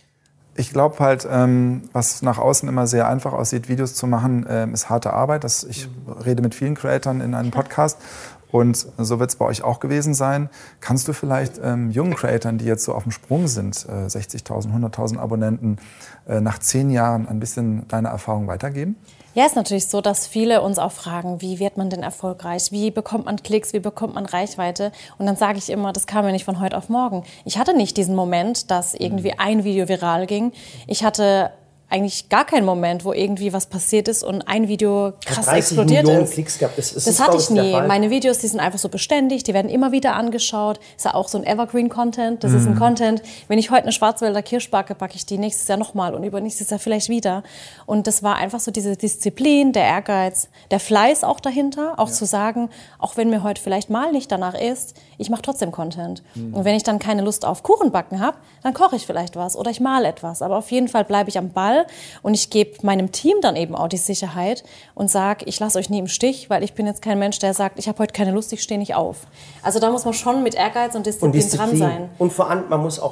Ich glaube halt, was nach außen immer sehr einfach aussieht, Videos zu machen, ist harte Arbeit. Ich rede mit vielen Creatoren in einem Podcast und so wird es bei euch auch gewesen sein. Kannst du vielleicht jungen Creatoren, die jetzt so auf dem Sprung sind, 60.000, 100.000 Abonnenten, nach 10 Jahren ein bisschen deine Erfahrung weitergeben? Ja, ist natürlich so, dass viele uns auch fragen, wie wird man denn erfolgreich? Wie bekommt man Klicks? Wie bekommt man Reichweite? Und dann sage ich immer, das kam ja nicht von heute auf morgen. Ich hatte nicht diesen Moment, dass irgendwie ein Video viral ging. Ich hatte eigentlich gar keinen Moment, wo irgendwie was passiert ist und ein Video krass explodiert Millionen ist. Klicks gehabt. Das hatte ich nie. Meine Videos, die sind einfach so beständig, die werden immer wieder angeschaut. Ist ja auch so ein Evergreen-Content. Das ist ein Content, wenn ich heute eine Schwarzwälder Kirsch backe, backe ich die nächstes Jahr nochmal und übernächstes Jahr vielleicht wieder. Und das war einfach so diese Disziplin, der Ehrgeiz, der Fleiß auch dahinter, auch zu sagen, auch wenn mir heute vielleicht mal nicht danach ist, ich mache trotzdem Content. Und wenn ich dann keine Lust auf Kuchenbacken habe, dann koche ich vielleicht was oder ich male etwas. Aber auf jeden Fall bleibe ich am Ball. Und ich gebe meinem Team dann eben auch die Sicherheit und sage, ich lasse euch nie im Stich, weil ich bin jetzt kein Mensch, der sagt, ich habe heute keine Lust, ich stehe nicht auf. Also da muss man schon mit Ehrgeiz und Disziplin dran sein. Und vor allem, man muss auch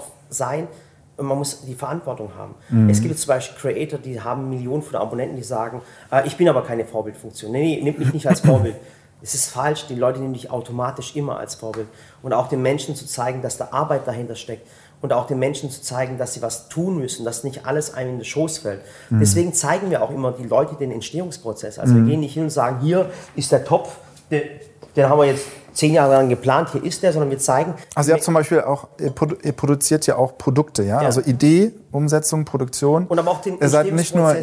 man muss die Verantwortung haben. Es gibt zum Beispiel Creator, die haben Millionen von Abonnenten, die sagen, ich bin aber keine Vorbildfunktion. Nee, nimm mich nicht als Vorbild. Es ist falsch, die Leute nehmen dich automatisch immer als Vorbild. Und auch den Menschen zu zeigen, dass da Arbeit dahinter steckt. Und auch den Menschen zu zeigen, dass sie was tun müssen, dass nicht alles einem in den Schoß fällt. Deswegen zeigen wir auch immer die Leute den Entstehungsprozess. Also wir gehen nicht hin und sagen, hier ist der Topf, den haben wir jetzt 10 Jahre lang geplant, hier ist der, sondern wir zeigen... Also ihr habt zum Beispiel auch, ihr produziert ja auch Produkte, ja? Also Idee, Umsetzung, Produktion. Und aber auch den ihr seid nicht nur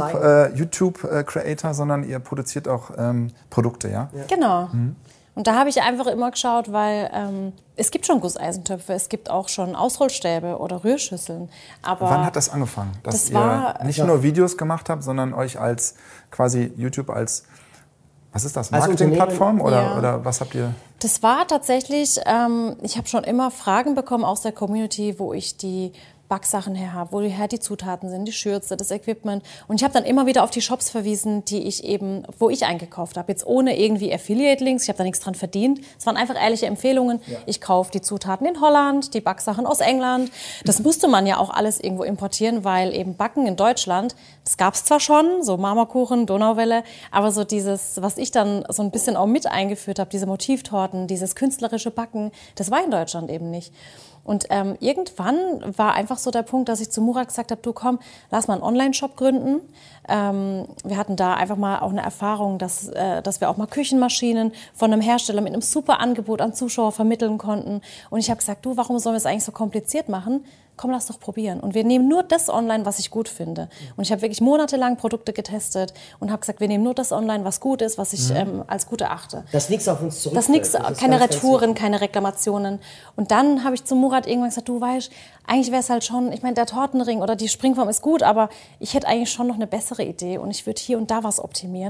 YouTube-Creator, sondern ihr produziert auch Produkte, ja? Genau. Und da habe ich einfach immer geschaut, weil es gibt schon Gusseisentöpfe, es gibt auch schon Ausrollstäbe oder Rührschüsseln. Aber wann hat das angefangen? Dass ihr nicht nur Videos gemacht habt, sondern euch als quasi YouTube als, was ist das, Marketingplattform oder was habt ihr? Das war tatsächlich, ich habe schon immer Fragen bekommen aus der Community, wo ich die Backsachen her habe, woher die Zutaten sind, die Schürze, das Equipment. Und ich habe dann immer wieder auf die Shops verwiesen, wo ich eingekauft habe. Jetzt ohne irgendwie Affiliate-Links, ich habe da nichts dran verdient. Es waren einfach ehrliche Empfehlungen. Ja. Ich kaufe die Zutaten in Holland, die Backsachen aus England. Das musste man ja auch alles irgendwo importieren, weil eben Backen in Deutschland, das gab es zwar schon, so Marmorkuchen, Donauwelle, aber so dieses, was ich dann so ein bisschen auch mit eingeführt habe, diese Motivtorten, dieses künstlerische Backen, das war in Deutschland eben nicht. Und irgendwann war einfach so der Punkt, dass ich zu Murat gesagt habe, du komm, lass mal einen Online-Shop gründen. Wir hatten da einfach mal auch eine Erfahrung, dass wir auch mal Küchenmaschinen von einem Hersteller mit einem super Angebot an Zuschauer vermitteln konnten. Und ich habe gesagt, du, warum sollen wir es eigentlich so kompliziert machen? Komm, lass doch probieren. Und wir nehmen nur das online, was ich gut finde. Und ich habe wirklich monatelang Produkte getestet und habe gesagt, wir nehmen nur das online, was gut ist, was ich als gut erachte. Dass nichts auf uns zurückfällt. Dass nichts, keine Retouren, keine Reklamationen. Und dann habe ich zu Murat irgendwann gesagt, du weißt, eigentlich wäre es halt schon, ich meine, der Tortenring oder die Springform ist gut, aber ich hätte eigentlich schon noch eine bessere Idee und ich würde hier und da was optimieren.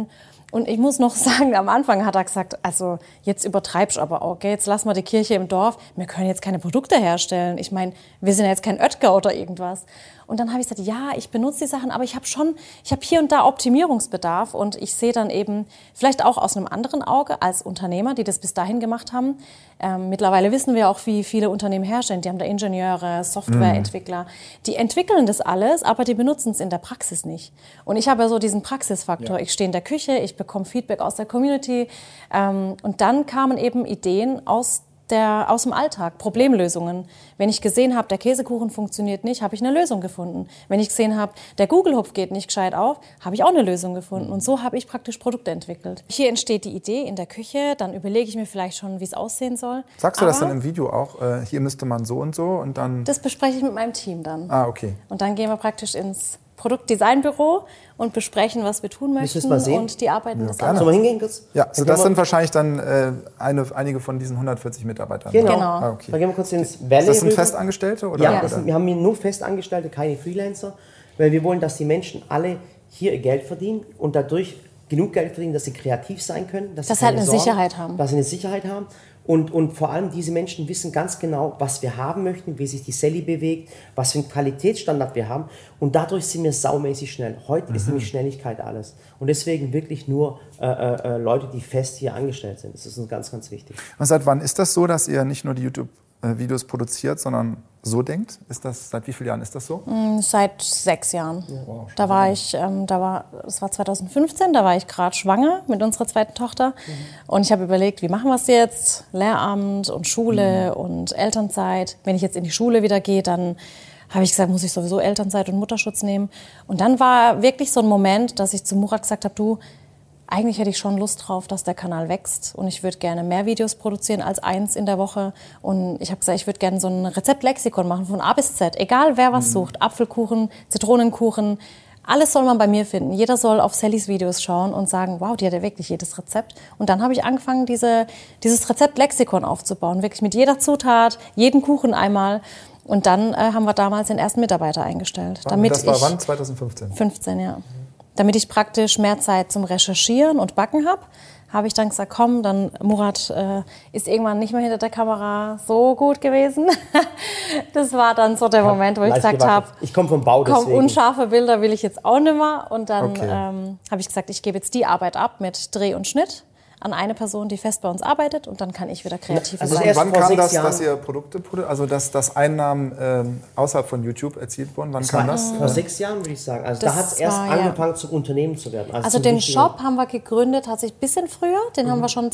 Und ich muss noch sagen, am Anfang hat er gesagt, also jetzt übertreibst du aber auch, okay, jetzt lassen wir die Kirche im Dorf, wir können jetzt keine Produkte herstellen. Ich meine, wir sind ja jetzt kein Oetker oder irgendwas. Und dann habe ich gesagt, ja, ich benutze die Sachen, aber ich habe hier und da Optimierungsbedarf und ich sehe dann eben vielleicht auch aus einem anderen Auge als Unternehmer, die das bis dahin gemacht haben. Mittlerweile wissen wir auch, wie viele Unternehmen herstellen. Die haben da Ingenieure, Softwareentwickler, die entwickeln das alles, aber die benutzen es in der Praxis nicht. Und ich habe ja so diesen Praxisfaktor. Ja. Ich stehe in der Küche, ich bekomme Feedback aus der Community und dann kamen eben Ideen aus dem Alltag, Problemlösungen. Wenn ich gesehen habe, der Käsekuchen funktioniert nicht, habe ich eine Lösung gefunden. Wenn ich gesehen habe, der Gugelhupf geht nicht gescheit auf, habe ich auch eine Lösung gefunden. Und so habe ich praktisch Produkte entwickelt. Hier entsteht die Idee in der Küche, dann überlege ich mir vielleicht schon, wie es aussehen soll. Sagst du das dann im Video auch? Hier müsste man so und so und dann... Das bespreche ich mit meinem Team dann. Ah, okay. Und dann gehen wir praktisch ins Produktdesignbüro und besprechen, was wir tun möchten und die arbeiten das an. Sollen wir hingehen kurz? Ja, so das sind wahrscheinlich dann einige von diesen 140 Mitarbeitern. Genau. Ah, okay. Dann gehen wir kurz ins Valley. Das sind Festangestellte? Oder? Ja, wir haben hier nur Festangestellte, keine Freelancer, weil wir wollen, dass die Menschen alle hier ihr Geld verdienen und dadurch genug Geld verdienen, dass sie kreativ sein können. Dass sie halt eine Sicherheit haben. Dass sie eine Sicherheit haben. Und vor allem diese Menschen wissen ganz genau, was wir haben möchten, wie sich die Sally bewegt, was für einen Qualitätsstandard wir haben. Und dadurch sind wir saumäßig schnell. Heute ist nämlich Schnelligkeit alles. Und deswegen wirklich nur Leute, die fest hier angestellt sind. Das ist uns ganz, ganz wichtig. Und seit wann ist das so, dass ihr nicht nur die YouTube-Videos produziert, sondern so denkt? Seit wie vielen Jahren ist das so? Seit 6 Jahren. Ja. Wow, das war 2015, da war ich gerade schwanger mit unserer zweiten Tochter. Und ich habe überlegt, wie machen wir es jetzt? Lehramt und Schule und Elternzeit. Wenn ich jetzt in die Schule wieder gehe, dann habe ich gesagt, muss ich sowieso Elternzeit und Mutterschutz nehmen. Und dann war wirklich so ein Moment, dass ich zu Murat gesagt habe, du, eigentlich hätte ich schon Lust drauf, dass der Kanal wächst und ich würde gerne mehr Videos produzieren als 1 in der Woche. Und ich habe gesagt, ich würde gerne so ein Rezeptlexikon machen von A bis Z. Egal wer was sucht, Apfelkuchen, Zitronenkuchen, alles soll man bei mir finden. Jeder soll auf Sallys Videos schauen und sagen, wow, die hat ja wirklich jedes Rezept. Und dann habe ich angefangen, dieses Rezeptlexikon aufzubauen, wirklich mit jeder Zutat, jeden Kuchen einmal. Und dann haben wir damals den ersten Mitarbeiter eingestellt. Das war wann? 2015? 15, ja. Damit ich praktisch mehr Zeit zum Recherchieren und Backen habe ich dann gesagt, komm, dann Murat ist irgendwann nicht mehr hinter der Kamera so gut gewesen. Das war dann so der Moment, wo ich gesagt habe, ich komme vom Bau, deswegen. Unscharfe Bilder will ich jetzt auch nicht mehr. Und dann habe ich gesagt, ich gebe jetzt die Arbeit ab mit Dreh und Schnitt an eine Person, die fest bei uns arbeitet und dann kann ich wieder kreativ sein. Also wann kam das, dass ihr Produkte produziert, also dass Einnahmen außerhalb von YouTube erzielt wurden? Wann kam das? Vor 6 Jahren würde ich sagen. Also da hat es erst angefangen, zum Unternehmen zu werden. Also den Shop haben wir gegründet, tatsächlich ein bisschen früher. Den haben wir schon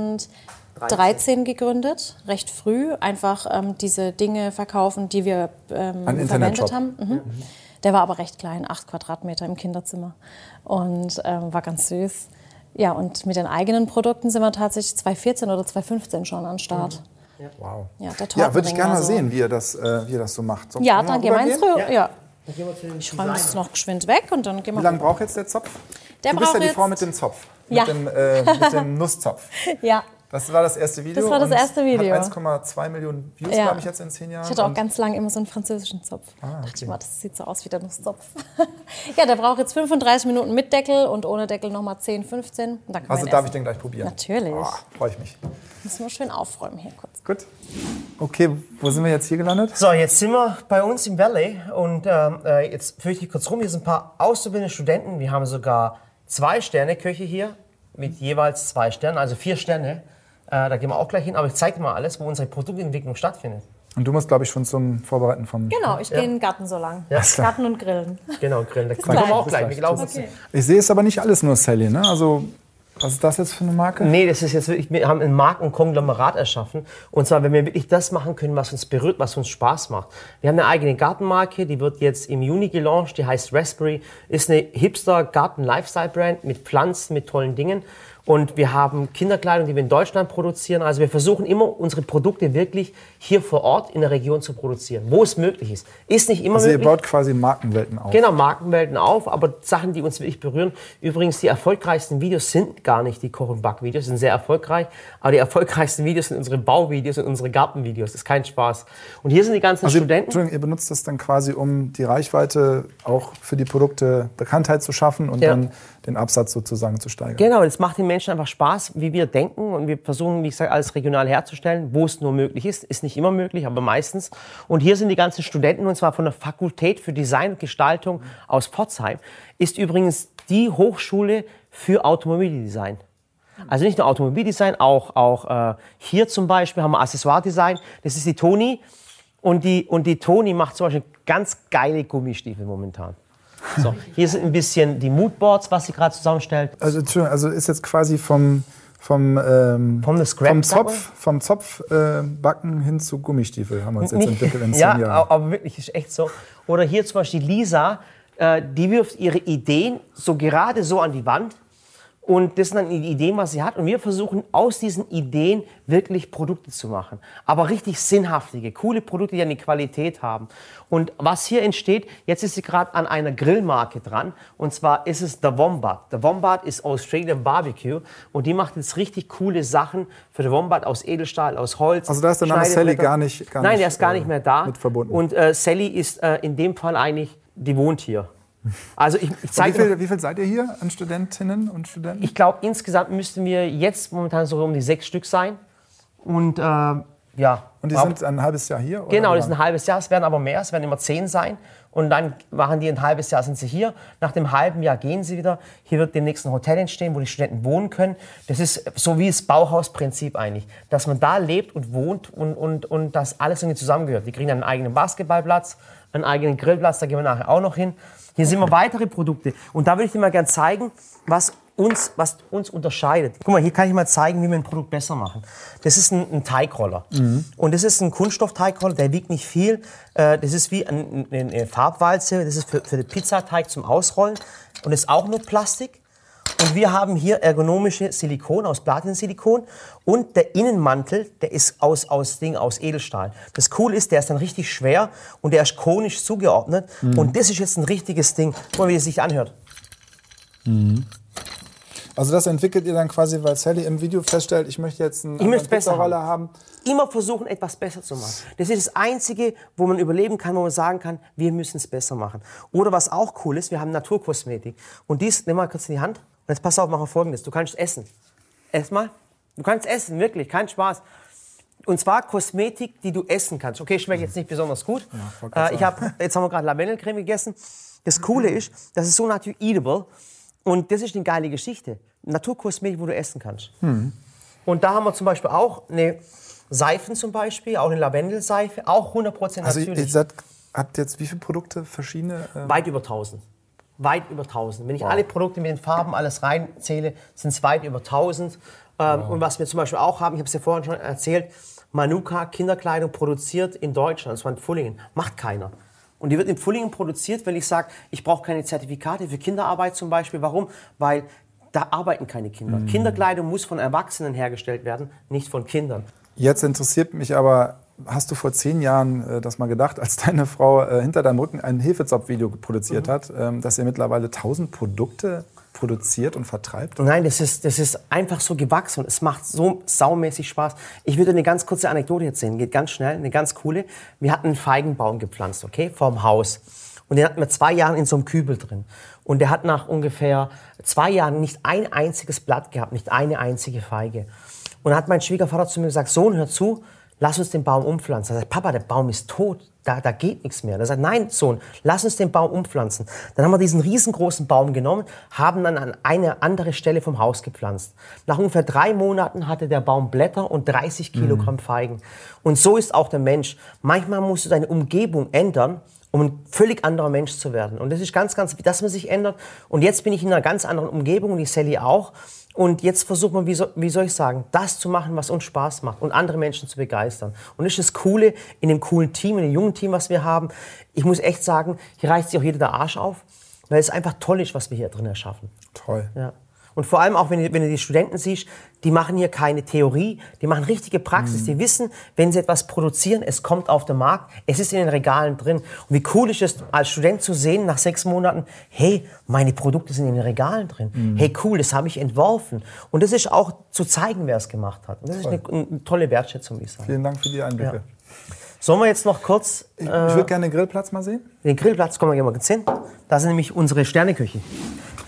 2013 gegründet, recht früh. Einfach diese Dinge verkaufen, die wir verwendet haben. Der war aber recht klein, 8 Quadratmeter im Kinderzimmer und war ganz süß. Ja, und mit den eigenen Produkten sind wir tatsächlich 2014 oder 2015 schon an Start. Ja. Wow. Ja, würde ich gerne mal sehen, wie ihr das so macht. Sonst dann gehen wir ins Rühr. Ja. Ich räume das noch geschwind weg und dann gehen wir. Wie lange braucht jetzt der Zopf? Du bist ja die Frau mit dem Zopf. Ja. Mit dem Nusszopf. Ja. Das war das erste Video. Das war das erste Video. Hat 1,2 Millionen Views, glaube ich, jetzt in 10 Jahren. Ich hatte auch ganz lange immer so einen französischen Zopf. Dachte ich mal, das sieht so aus wie der Nusszopf. Ja, der braucht jetzt 35 Minuten mit Deckel und ohne Deckel nochmal 10, 15. Also darf ich den gleich probieren? Natürlich. Freue ich mich. Müssen wir schön aufräumen hier kurz. Gut. Okay, wo sind wir jetzt hier gelandet? So, jetzt sind wir bei uns im Valley und jetzt führe ich dich kurz rum. Hier sind ein paar auszubildende Studenten. Wir haben sogar 2-Sterne-Köche hier mit jeweils 2 Sternen, also 4 Sterne. Da gehen wir auch gleich hin, aber ich zeige dir mal alles, wo unsere Produktentwicklung stattfindet. Und du musst, glaube ich, schon zum Vorbereiten vom... Genau, ich gehe in den Garten so lang. Ja. Garten und Grillen. Genau, Grillen. Da kommen wir auch gleich. Okay. Ich sehe es aber nicht alles nur Sally, ne? Also, was ist das jetzt für eine Marke? Nee, das ist jetzt wirklich, wir haben ein Markenkonglomerat erschaffen. Und zwar, wenn wir wirklich das machen können, was uns berührt, was uns Spaß macht. Wir haben eine eigene Gartenmarke, die wird jetzt im Juni gelauncht, die heißt Raspberry. Ist eine Hipster-Garten-Lifestyle-Brand mit Pflanzen, mit tollen Dingen. Und wir haben Kinderkleidung, die wir in Deutschland produzieren. Also wir versuchen immer, unsere Produkte wirklich hier vor Ort in der Region zu produzieren, wo es möglich ist. Ist nicht immer möglich. Also ihr baut quasi Markenwelten auf. Genau, Markenwelten auf, aber Sachen, die uns wirklich berühren. Übrigens, die erfolgreichsten Videos sind gar nicht die Koch- und Backvideos, sind sehr erfolgreich. Aber die erfolgreichsten Videos sind unsere Bauvideos und unsere Gartenvideos. Das ist kein Spaß. Und hier sind die ganzen Studenten. Entschuldigung, ihr benutzt das dann quasi, um die Reichweite auch für die Produkte Bekanntheit zu schaffen und dann den Absatz sozusagen zu steigern. Genau, es macht den Menschen einfach Spaß, wie wir denken. Und wir versuchen, wie gesagt, alles regional herzustellen, wo es nur möglich ist. Ist nicht immer möglich, aber meistens. Und hier sind die ganzen Studenten, und zwar von der Fakultät für Design und Gestaltung aus Pforzheim. Ist übrigens die Hochschule für Automobildesign. Also nicht nur Automobildesign, auch hier zum Beispiel haben wir Accessoire-Design. Das ist die Toni. Und die Toni macht zum Beispiel ganz geile Gummistiefel momentan. So, hier sind ein bisschen die Moodboards, was sie gerade zusammenstellt. Also ist jetzt quasi vom Zopfbacken hin zu Gummistiefel haben wir uns jetzt entwickelt in 10 Jahren. Ja, aber wirklich, ist echt so. Oder hier zum Beispiel Lisa, die wirft ihre Ideen so gerade so an die Wand. Und das sind dann die Ideen, was sie hat. Und wir versuchen aus diesen Ideen wirklich Produkte zu machen. Aber richtig sinnhaftige, coole Produkte, die eine Qualität haben. Und was hier entsteht, jetzt ist sie gerade an einer Grillmarke dran. Und zwar ist es The Wombat. The Wombat ist Australian Barbecue. Und die macht jetzt richtig coole Sachen für The Wombat aus Edelstahl, aus Holz. Also da ist der Name Sally gar nicht Nein, der ist gar nicht mehr da. Mit verbunden. Und Sally ist in dem Fall eigentlich, die wohnt hier. Also ich zeige wie viel seid ihr hier an Studentinnen und Studenten? Ich glaube, insgesamt müssten wir jetzt momentan so um die 6 Stück sein. Und ja. Und die sind ein halbes Jahr hier? Oder genau, das ist ein halbes Jahr. Es werden aber mehr, es werden immer 10 sein. Und dann machen die ein halbes Jahr, sind sie hier. Nach dem halben Jahr gehen sie wieder. Hier wird demnächst ein Hotel entstehen, wo die Studenten wohnen können. Das ist so wie das Bauhausprinzip eigentlich. Dass man da lebt und wohnt und das alles irgendwie zusammengehört. Die kriegen dann einen eigenen Basketballplatz, einen eigenen Grillplatz, da gehen wir nachher auch noch hin. Hier sind wir weitere Produkte. Und da würde ich dir mal gerne zeigen, was uns unterscheidet. Guck mal, hier kann ich mal zeigen, wie wir ein Produkt besser machen. Das ist ein Teigroller. Und das ist ein Kunststoffteigroller, der wiegt nicht viel. Das ist wie eine Farbwalze. Das ist für den Pizzateig zum Ausrollen. Und das ist auch nur Plastik. Und wir haben hier ergonomische Silikon aus Platinsilikon. Und der Innenmantel, der ist aus Edelstahl. Das Coole ist, der ist dann richtig schwer und der ist konisch zugeordnet. Und das ist jetzt ein richtiges Ding. Guck mal, wie es sich anhört. Also das entwickelt ihr dann quasi, weil Sally im Video feststellt, ich möchte jetzt einen Pizzaroller haben. Immer versuchen, etwas besser zu machen. Das ist das Einzige, wo man überleben kann, wo man sagen kann, wir müssen es besser machen. Oder was auch cool ist, wir haben Naturkosmetik. Und dies, nimm mal kurz in die Hand. Und jetzt pass auf, machen wir Folgendes. Du kannst essen. Erstmal. Du kannst essen, wirklich, kein Spaß. Und zwar Kosmetik, die du essen kannst. Okay, schmeckt jetzt nicht besonders gut. Ja, jetzt haben wir gerade Lavendelcreme gegessen. Das Coole ist, das ist so natürlich eatable. Und das ist eine geile Geschichte. Naturkosmetik, wo du essen kannst. Und da haben wir zum Beispiel auch eine Seifen zum Beispiel, auch eine Lavendelseife, auch 100% natürlich. Also ihr habt jetzt wie viele Produkte, verschiedene? Weit über 1000. Weit über 1000. Wenn ich alle Produkte mit den Farben alles reinzähle, sind es weit über 1000. Und was wir zum Beispiel auch haben, ich habe es ja vorhin schon erzählt, Manuka Kinderkleidung produziert in Deutschland, das war in Pfullingen, macht keiner. Und die wird in Pfullingen produziert, wenn ich sage, ich brauche keine Zertifikate für Kinderarbeit zum Beispiel. Warum? Weil da arbeiten keine Kinder. Kinderkleidung muss von Erwachsenen hergestellt werden, nicht von Kindern. Jetzt interessiert mich aber, hast du vor 10 Jahren das mal gedacht, als deine Frau hinter deinem Rücken ein Hefezopf-Video produziert hat, dass ihr mittlerweile 1000 Produkte produziert und vertreibt? Nein, das ist einfach so gewachsen und es macht so saumäßig Spaß. Ich würde eine ganz kurze Anekdote erzählen, geht ganz schnell, eine ganz coole. Wir hatten einen Feigenbaum gepflanzt, okay, vorm Haus. Und den hatten wir 2 Jahre in so einem Kübel drin. Und der hat nach ungefähr 2 Jahren nicht ein einziges Blatt gehabt, nicht eine einzige Feige. Und dann hat mein Schwiegervater zu mir gesagt, Sohn, hör zu, lass uns den Baum umpflanzen. Er sagt, Papa, der Baum ist tot, da geht nichts mehr. Er sagt, nein, Sohn, lass uns den Baum umpflanzen. Dann haben wir diesen riesengroßen Baum genommen, haben dann an eine andere Stelle vom Haus gepflanzt. Nach ungefähr 3 Monaten hatte der Baum Blätter und 30 Kilogramm Feigen. Und so ist auch der Mensch. Manchmal musst du deine Umgebung ändern, um ein völlig anderer Mensch zu werden. Und das ist ganz, ganz wichtig, dass man sich ändert. Und jetzt bin ich in einer ganz anderen Umgebung und die Sally auch. Und jetzt versucht man, wie soll ich sagen, das zu machen, was uns Spaß macht und andere Menschen zu begeistern. Und das ist das Coole in dem coolen Team, in dem jungen Team, was wir haben. Ich muss echt sagen, hier reißt sich auch jeder der Arsch auf, weil es einfach toll ist, was wir hier drin erschaffen. Toll. Ja. Und vor allem auch, wenn du die Studenten siehst, die machen hier keine Theorie, die machen richtige Praxis. Die wissen, wenn sie etwas produzieren, es kommt auf den Markt, es ist in den Regalen drin. Und wie cool ist es, als Student zu sehen, nach 6 Monaten, hey, meine Produkte sind in den Regalen drin. Hey, cool, das habe ich entworfen. Und das ist auch zu zeigen, wer es gemacht hat. Und das ist eine tolle Wertschätzung, wie ich sage. Vielen Dank für die Einblicke. Ja. Sollen wir jetzt noch kurz... Ich würde gerne den Grillplatz mal sehen. Den Grillplatz, kommen wir mal hin. Da sind nämlich unsere Sterneköche. Das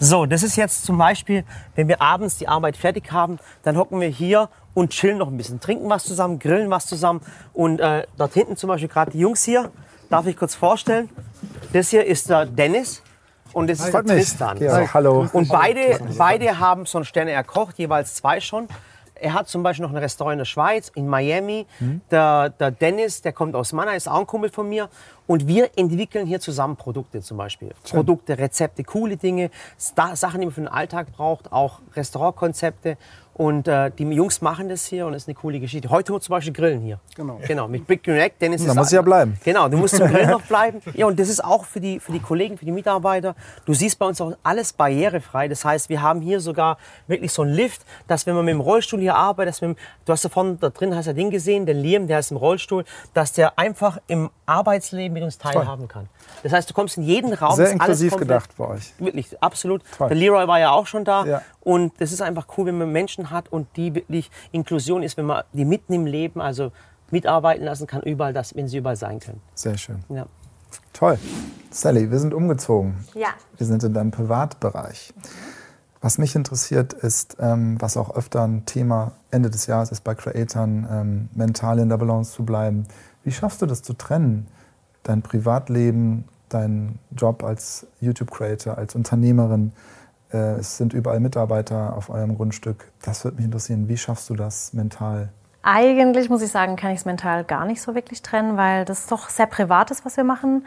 So, das ist jetzt zum Beispiel, wenn wir abends die Arbeit fertig haben, dann hocken wir hier und chillen noch ein bisschen, trinken was zusammen, grillen was zusammen. Und dort hinten zum Beispiel gerade die Jungs hier, darf ich kurz vorstellen. Das hier ist der Dennis und das ist der Tristan. Hallo. Und beide haben so einen Sterne erkocht, jeweils 2 schon. Er hat zum Beispiel noch ein Restaurant in der Schweiz, in Miami. Der Dennis, der kommt aus Mannheim, ist auch ein Kumpel von mir. Und wir entwickeln hier zusammen Produkte zum Beispiel. Schön. Produkte, Rezepte, coole Dinge, Sachen, die man für den Alltag braucht, auch Restaurantkonzepte. Und die Jungs machen das hier und das ist eine coole Geschichte. Heute zum Beispiel grillen hier. Genau, mit Brick Direct. Dennis da muss ich ja bleiben. Genau, du musst zum Grillen noch bleiben. Ja, und das ist auch für die Kollegen, für die Mitarbeiter. Du siehst bei uns auch alles barrierefrei. Das heißt, wir haben hier sogar wirklich so einen Lift, dass wenn man mit dem Rollstuhl hier arbeitet, du hast da vorne da drin, hast ja den gesehen, den Liam, der ist im Rollstuhl, dass der einfach im Arbeitsleben mit uns teilhaben kann. Das heißt, du kommst in jeden Raum. Sehr inklusiv gedacht bei euch. Wirklich, absolut. Toll. Der Leroy war ja auch schon da. Ja. Und das ist einfach cool, wenn man Menschen hat und die wirklich Inklusion ist, wenn man die mitten im Leben, also mitarbeiten lassen kann, überall, wenn sie überall sein können. Sehr schön. Ja. Toll. Sally, wir sind umgezogen. Ja. Wir sind in deinem Privatbereich. Was mich interessiert ist, was auch öfter ein Thema Ende des Jahres ist bei Creatoren, mental in der Balance zu bleiben. Wie schaffst du das zu trennen? Dein Privatleben, dein Job als YouTube-Creator, als Unternehmerin. Es sind überall Mitarbeiter auf eurem Grundstück. Das würde mich interessieren. Wie schaffst du das mental? Eigentlich, muss ich sagen, kann ich es mental gar nicht so wirklich trennen, weil das doch sehr privat ist, was wir machen.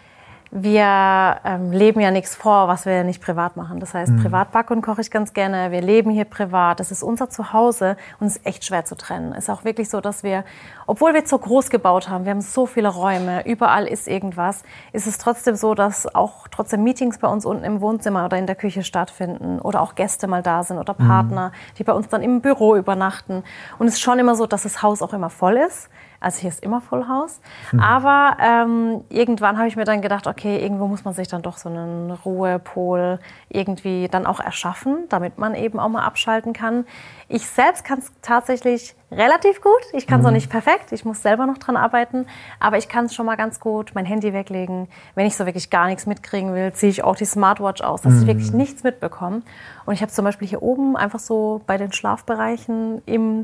Wir leben ja nichts vor, was wir nicht privat machen. Das heißt, privat backe und koche ich ganz gerne. Wir leben hier privat. Das ist unser Zuhause und es ist echt schwer zu trennen. Es ist auch wirklich so, dass wir, obwohl wir so groß gebaut haben, wir haben so viele Räume, überall ist irgendwas, ist es trotzdem so, dass auch trotzdem Meetings bei uns unten im Wohnzimmer oder in der Küche stattfinden oder auch Gäste mal da sind oder Partner, die bei uns dann im Büro übernachten. Und es ist schon immer so, dass das Haus auch immer voll ist. Also hier ist immer Full House. Aber irgendwann habe ich mir dann gedacht, okay, irgendwo muss man sich dann doch so einen Ruhepol irgendwie dann auch erschaffen, damit man eben auch mal abschalten kann. Ich selbst kann es tatsächlich relativ gut. Ich kann es noch nicht perfekt. Ich muss selber noch dran arbeiten. Aber ich kann es schon mal ganz gut, mein Handy weglegen. Wenn ich so wirklich gar nichts mitkriegen will, ziehe ich auch die Smartwatch aus, dass ich wirklich nichts mitbekomme. Und ich habe zum Beispiel hier oben einfach so bei den Schlafbereichen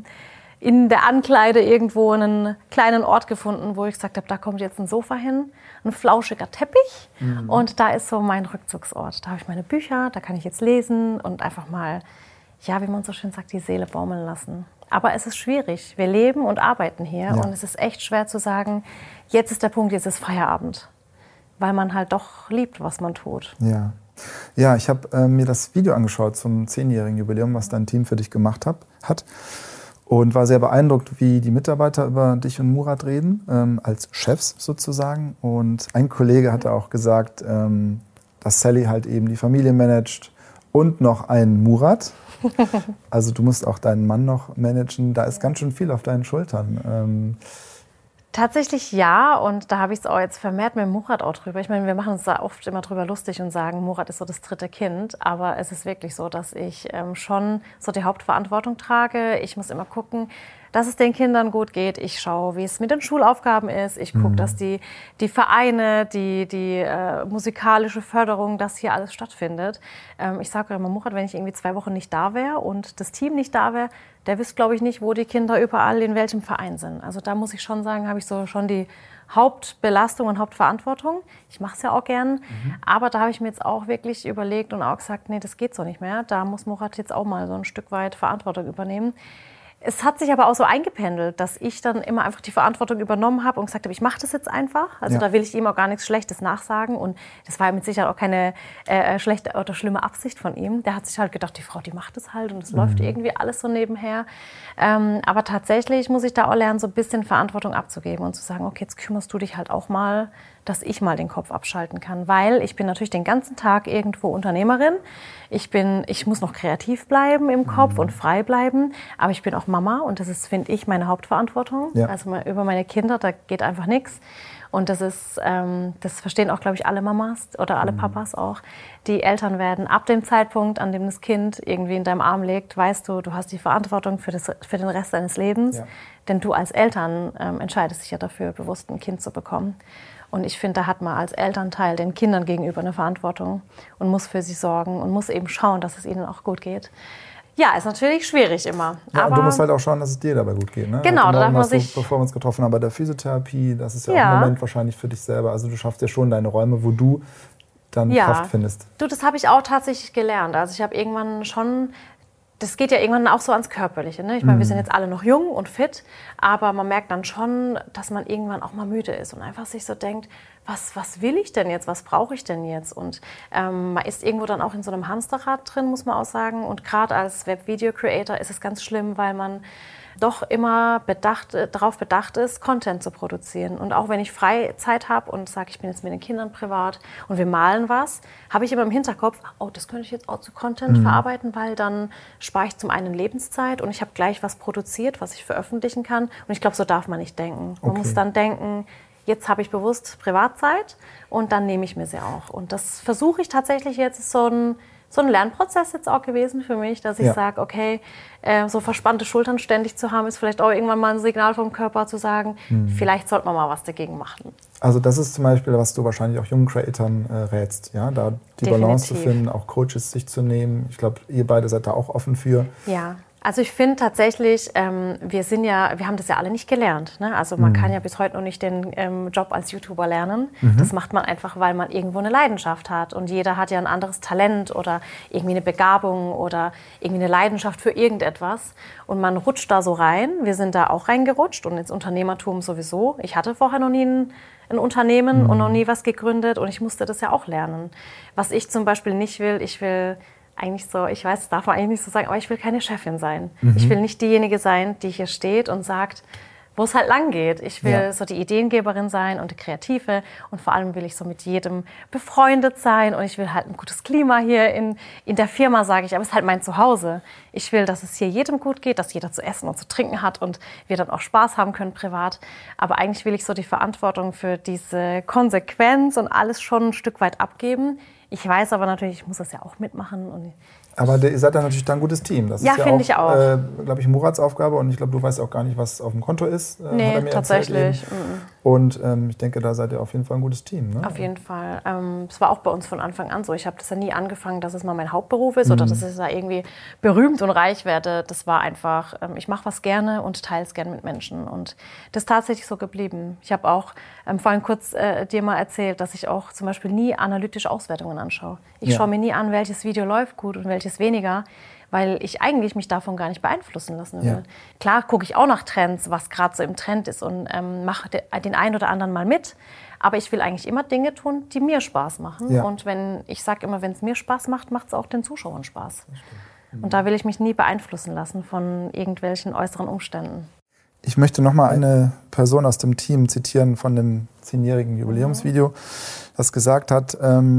in der Ankleide irgendwo einen kleinen Ort gefunden, wo ich gesagt habe, da kommt jetzt ein Sofa hin, ein flauschiger Teppich und da ist so mein Rückzugsort. Da habe ich meine Bücher, da kann ich jetzt lesen und einfach mal, ja, wie man so schön sagt, die Seele baumeln lassen. Aber es ist schwierig. Wir leben und arbeiten hier und es ist echt schwer zu sagen, jetzt ist der Punkt, jetzt ist Feierabend, weil man halt doch liebt, was man tut. Ja, ich habe mir das Video angeschaut zum 10-jährigen Jubiläum, was dein Team für dich gemacht hat. Und war sehr beeindruckt, wie die Mitarbeiter über dich und Murat reden, als Chefs sozusagen. Und ein Kollege hatte auch gesagt, dass Sally halt eben die Familie managt und noch einen Murat. Also du musst auch deinen Mann noch managen. Da ist ganz schön viel auf deinen Schultern. Tatsächlich ja, und da habe ich es auch jetzt vermehrt mit Murat auch drüber. Ich meine, wir machen uns da oft immer drüber lustig und sagen, Murat ist so das 3. Kind. Aber es ist wirklich so, dass ich schon so die Hauptverantwortung trage. Ich muss immer gucken, dass es den Kindern gut geht. Ich schaue, wie es mit den Schulaufgaben ist. Ich gucke, dass die Vereine, die musikalische Förderung, dass hier alles stattfindet. Ich sage immer, Murat, wenn ich irgendwie 2 Wochen nicht da wäre und das Team nicht da wäre, der wüsste, glaube ich, nicht, wo die Kinder überall in welchem Verein sind. Also da muss ich schon sagen, habe ich so schon die Hauptbelastung und Hauptverantwortung. Ich mache es ja auch gern. Aber da habe ich mir jetzt auch wirklich überlegt und auch gesagt, nee, das geht so nicht mehr. Da muss Murat jetzt auch mal so ein Stück weit Verantwortung übernehmen. Es hat sich aber auch so eingependelt, dass ich dann immer einfach die Verantwortung übernommen habe und gesagt habe, ich mache das jetzt einfach. Also da will ich ihm auch gar nichts Schlechtes nachsagen. Und das war mit Sicherheit auch keine schlechte oder schlimme Absicht von ihm. Der hat sich halt gedacht, die Frau, die macht das halt und es läuft irgendwie alles so nebenher. Aber tatsächlich muss ich da auch lernen, so ein bisschen Verantwortung abzugeben und zu sagen, okay, jetzt kümmerst du dich halt auch mal, dass ich mal den Kopf abschalten kann. Weil ich bin natürlich den ganzen Tag irgendwo Unternehmerin. Ich muss noch kreativ bleiben im Kopf und frei bleiben. Aber ich bin auch Mama und das ist, finde ich, meine Hauptverantwortung. Ja. Also über meine Kinder, da geht einfach nichts. Und das ist, das verstehen auch, glaube ich, alle Mamas oder alle Papas auch, die Eltern werden. Ab dem Zeitpunkt, an dem das Kind irgendwie in deinem Arm liegt, weißt du, du hast die Verantwortung für den Rest deines Lebens. Ja. Denn du als Eltern entscheidest dich ja dafür, bewusst ein Kind zu bekommen. Und ich finde, da hat man als Elternteil den Kindern gegenüber eine Verantwortung und muss für sie sorgen und muss eben schauen, dass es ihnen auch gut geht. Ja, ist natürlich schwierig immer. Ja, aber und du musst halt auch schauen, dass es dir dabei gut geht. Ne? Genau, da darf man sich... Bevor wir uns getroffen haben bei der Physiotherapie, das ist ja auch ein Moment wahrscheinlich für dich selber. Also du schaffst ja schon deine Räume, wo du dann Kraft findest. Du, das habe ich auch tatsächlich gelernt. Also ich habe irgendwann schon... Das geht ja irgendwann auch so ans Körperliche. Ne? Ich meine, wir sind jetzt alle noch jung und fit, aber man merkt dann schon, dass man irgendwann auch mal müde ist und einfach sich so denkt, was will ich denn jetzt, was brauche ich denn jetzt? Und man ist irgendwo dann auch in so einem Hamsterrad drin, muss man auch sagen. Und gerade als Web-Video-Creator ist es ganz schlimm, weil man doch immer darauf bedacht ist, Content zu produzieren. Und auch wenn ich Freizeit habe und sage, ich bin jetzt mit den Kindern privat und wir malen was, habe ich immer im Hinterkopf, oh, das könnte ich jetzt auch zu Content verarbeiten, weil dann spare ich zum einen Lebenszeit und ich habe gleich was produziert, was ich veröffentlichen kann. Und ich glaube, so darf man nicht denken. Man muss dann denken, jetzt habe ich bewusst Privatzeit und dann nehme ich mir sie auch. Und das versuche ich tatsächlich jetzt, ist so ein Lernprozess jetzt auch gewesen für mich, dass ich sage, okay, so verspannte Schultern ständig zu haben, ist vielleicht auch irgendwann mal ein Signal vom Körper zu sagen, vielleicht sollte man mal was dagegen machen. Also das ist zum Beispiel, was du wahrscheinlich auch jungen Creatoren rätst, ja, da die Balance zu finden, auch Coaches sich zu nehmen. Ich glaube, ihr beide seid da auch offen für. Ja. Also ich finde tatsächlich, wir haben das ja alle nicht gelernt. Ne? Also man kann ja bis heute noch nicht den Job als YouTuber lernen. Das macht man einfach, weil man irgendwo eine Leidenschaft hat. Und jeder hat ja ein anderes Talent oder irgendwie eine Begabung oder irgendwie eine Leidenschaft für irgendetwas. Und man rutscht da so rein. Wir sind da auch reingerutscht und ins Unternehmertum sowieso. Ich hatte vorher noch nie ein Unternehmen und noch nie was gegründet und ich musste das ja auch lernen. Was ich zum Beispiel nicht will, ich will eigentlich so, ich weiß, das darf man eigentlich nicht so sagen, aber ich will keine Chefin sein. Ich will nicht diejenige sein, die hier steht und sagt, wo es halt lang geht. Ich will so die Ideengeberin sein und die Kreative und vor allem will ich so mit jedem befreundet sein und ich will halt ein gutes Klima hier in der Firma, sage ich, aber es ist halt mein Zuhause. Ich will, dass es hier jedem gut geht, dass jeder zu essen und zu trinken hat und wir dann auch Spaß haben können privat. Aber eigentlich will ich so die Verantwortung für diese Konsequenz und alles schon ein Stück weit abgeben. Ich weiß aber natürlich, ich muss das ja auch mitmachen. Und aber ihr seid dann natürlich dann ein gutes Team. Das ist ja finde auch, ich auch. Glaube ich, Murats Aufgabe. Und ich glaube, du weißt auch gar nicht, was auf dem Konto ist. Nee, hat er mir tatsächlich. Und ich denke, da seid ihr auf jeden Fall ein gutes Team. Ne? Auf jeden Fall. Es war auch bei uns von Anfang an so. Ich habe das ja nie angefangen, dass es mal mein Hauptberuf ist oder dass ich da irgendwie berühmt und reich werde. Das war einfach, ich mache was gerne und teile es gerne mit Menschen. Und das ist tatsächlich so geblieben. Ich habe auch vorhin kurz dir mal erzählt, dass ich auch zum Beispiel nie analytisch Auswertungen anschaue. Ich schaue mir nie an, welches Video läuft gut und welches weniger, weil ich eigentlich mich davon gar nicht beeinflussen lassen will. Ja. Klar gucke ich auch nach Trends, was gerade so im Trend ist und mache den einen oder anderen mal mit. Aber ich will eigentlich immer Dinge tun, die mir Spaß machen. Ja. Und ich sage immer, wenn es mir Spaß macht, macht es auch den Zuschauern Spaß. Und da will ich mich nie beeinflussen lassen von irgendwelchen äußeren Umständen. Ich möchte noch mal eine Person aus dem Team zitieren von dem 10-jährigen Jubiläumsvideo, das gesagt hat,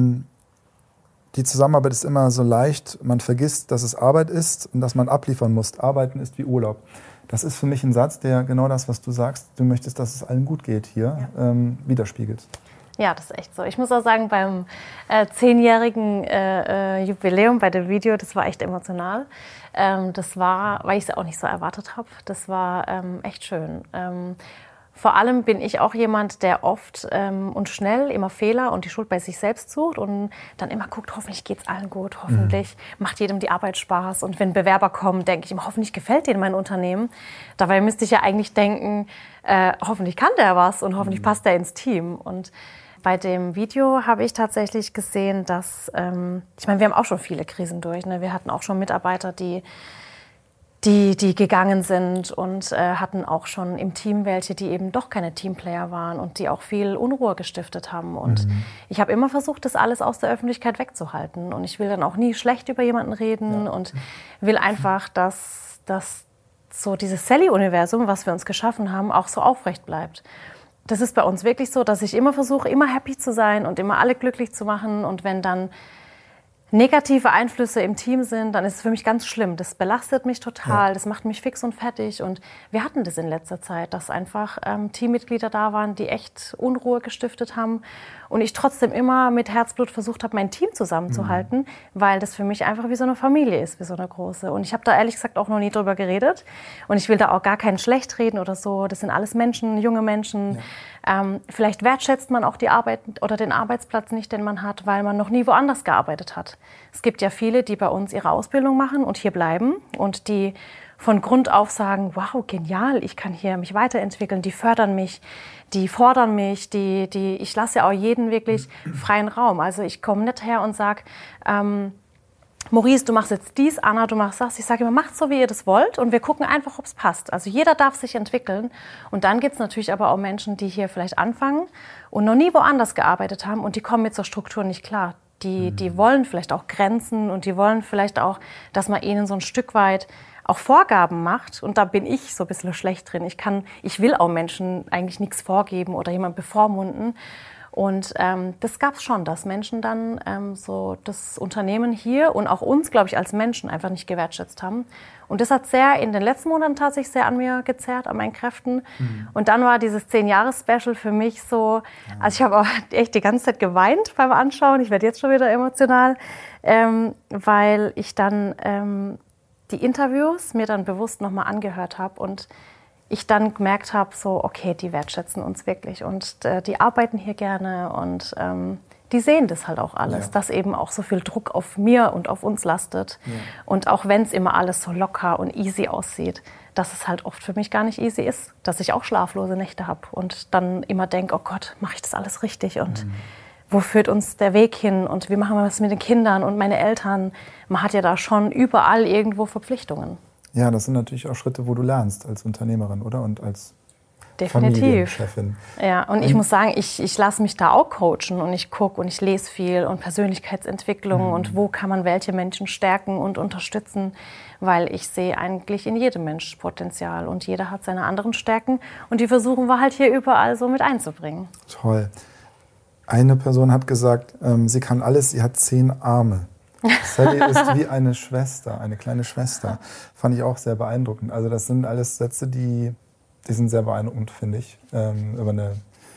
die Zusammenarbeit ist immer so leicht, man vergisst, dass es Arbeit ist und dass man abliefern muss. Arbeiten ist wie Urlaub. Das ist für mich ein Satz, der genau das, was du sagst, du möchtest, dass es allen gut geht hier, widerspiegelt. Ja, das ist echt so. Ich muss auch sagen, beim 10-jährigen Jubiläum bei dem Video, das war echt emotional. Das war, weil ich es auch nicht so erwartet habe, das war echt schön. Vor allem bin ich auch jemand, der oft und schnell immer Fehler und die Schuld bei sich selbst sucht und dann immer guckt, hoffentlich geht es allen gut, hoffentlich macht jedem die Arbeit Spaß. Und wenn Bewerber kommen, denke ich immer, hoffentlich gefällt denen mein Unternehmen. Dabei müsste ich ja eigentlich denken, hoffentlich kann der was und hoffentlich passt der ins Team. Und bei dem Video habe ich tatsächlich gesehen, dass, ich meine, wir haben auch schon viele Krisen durch. Ne? Wir hatten auch schon Mitarbeiter, die gegangen sind und hatten auch schon im Team welche, die eben doch keine Teamplayer waren und die auch viel Unruhe gestiftet haben. Und ich habe immer versucht, das alles aus der Öffentlichkeit wegzuhalten. Und ich will dann auch nie schlecht über jemanden reden und will einfach, dass so dieses Sally-Universum, was wir uns geschaffen haben, auch so aufrecht bleibt. Das ist bei uns wirklich so, dass ich immer versuche, immer happy zu sein und immer alle glücklich zu machen. Und wenn dann negative Einflüsse im Team sind, dann ist es für mich ganz schlimm. Das belastet mich total, das macht mich fix und fertig. Und wir hatten das in letzter Zeit, dass einfach Teammitglieder da waren, die echt Unruhe gestiftet haben. und ich trotzdem immer mit Herzblut versucht habe, mein Team zusammenzuhalten, weil das für mich einfach wie so eine Familie ist, wie so eine große. Und ich habe da ehrlich gesagt auch noch nie drüber geredet und ich will da auch gar keinen schlecht reden oder so. Das sind alles Menschen, junge Menschen. Ja. Vielleicht wertschätzt man auch die Arbeit oder den Arbeitsplatz nicht, den man hat, weil man noch nie woanders gearbeitet hat. Es gibt ja viele, die bei uns ihre Ausbildung machen und hier bleiben und die von Grund auf sagen, wow, genial, ich kann hier mich weiterentwickeln, die fördern mich, die fordern mich, ich lasse ja auch jeden wirklich freien Raum. Also ich komme nicht her und sage, Maurice, du machst jetzt dies, Anna, du machst das. Ich sage immer, macht so, wie ihr das wollt und wir gucken einfach, ob es passt. Also jeder darf sich entwickeln und dann gibt es natürlich aber auch Menschen, die hier vielleicht anfangen und noch nie woanders gearbeitet haben und die kommen mit zur Struktur nicht klar. Die wollen vielleicht auch Grenzen und die wollen vielleicht auch, dass man ihnen so ein Stück weit auch Vorgaben macht. Und da bin ich so ein bisschen schlecht drin. Ich will auch Menschen eigentlich nichts vorgeben oder jemand bevormunden. Und das gab es schon, dass Menschen dann so das Unternehmen hier und auch uns, glaube ich, als Menschen einfach nicht gewertschätzt haben. Und das hat in den letzten Monaten tatsächlich sehr an mir gezerrt, an meinen Kräften. Und dann war dieses 10-Jahres-Special für mich so, also ich habe auch echt die ganze Zeit geweint beim Anschauen. Ich werde jetzt schon wieder emotional, weil ich dann die Interviews mir dann bewusst nochmal angehört habe und ich dann gemerkt habe, so okay, die wertschätzen uns wirklich und die arbeiten hier gerne und die sehen das halt auch alles, dass eben auch so viel Druck auf mir und auf uns lastet. Ja. Und auch wenn es immer alles so locker und easy aussieht, dass es halt oft für mich gar nicht easy ist, dass ich auch schlaflose Nächte habe und dann immer denke, oh Gott, mache ich das alles richtig und wo führt uns der Weg hin und wie machen wir das mit den Kindern und meine Eltern? Man hat ja da schon überall irgendwo Verpflichtungen. Ja, das sind natürlich auch Schritte, wo du lernst als Unternehmerin, oder? Und als Definitiv. Familienchefin. Ja, und ich muss sagen, ich lasse mich da auch coachen und ich gucke und ich lese viel und Persönlichkeitsentwicklung und wo kann man welche Menschen stärken und unterstützen, weil ich sehe eigentlich in jedem Mensch Potenzial und jeder hat seine anderen Stärken und die versuchen wir halt hier überall so mit einzubringen. Toll. Eine Person hat gesagt, sie kann alles, sie hat 10 Arme. Sally ist wie eine Schwester, eine kleine Schwester. Fand ich auch sehr beeindruckend. Also das sind alles Sätze, die sind sehr beeindruckend, finde ich. Über eine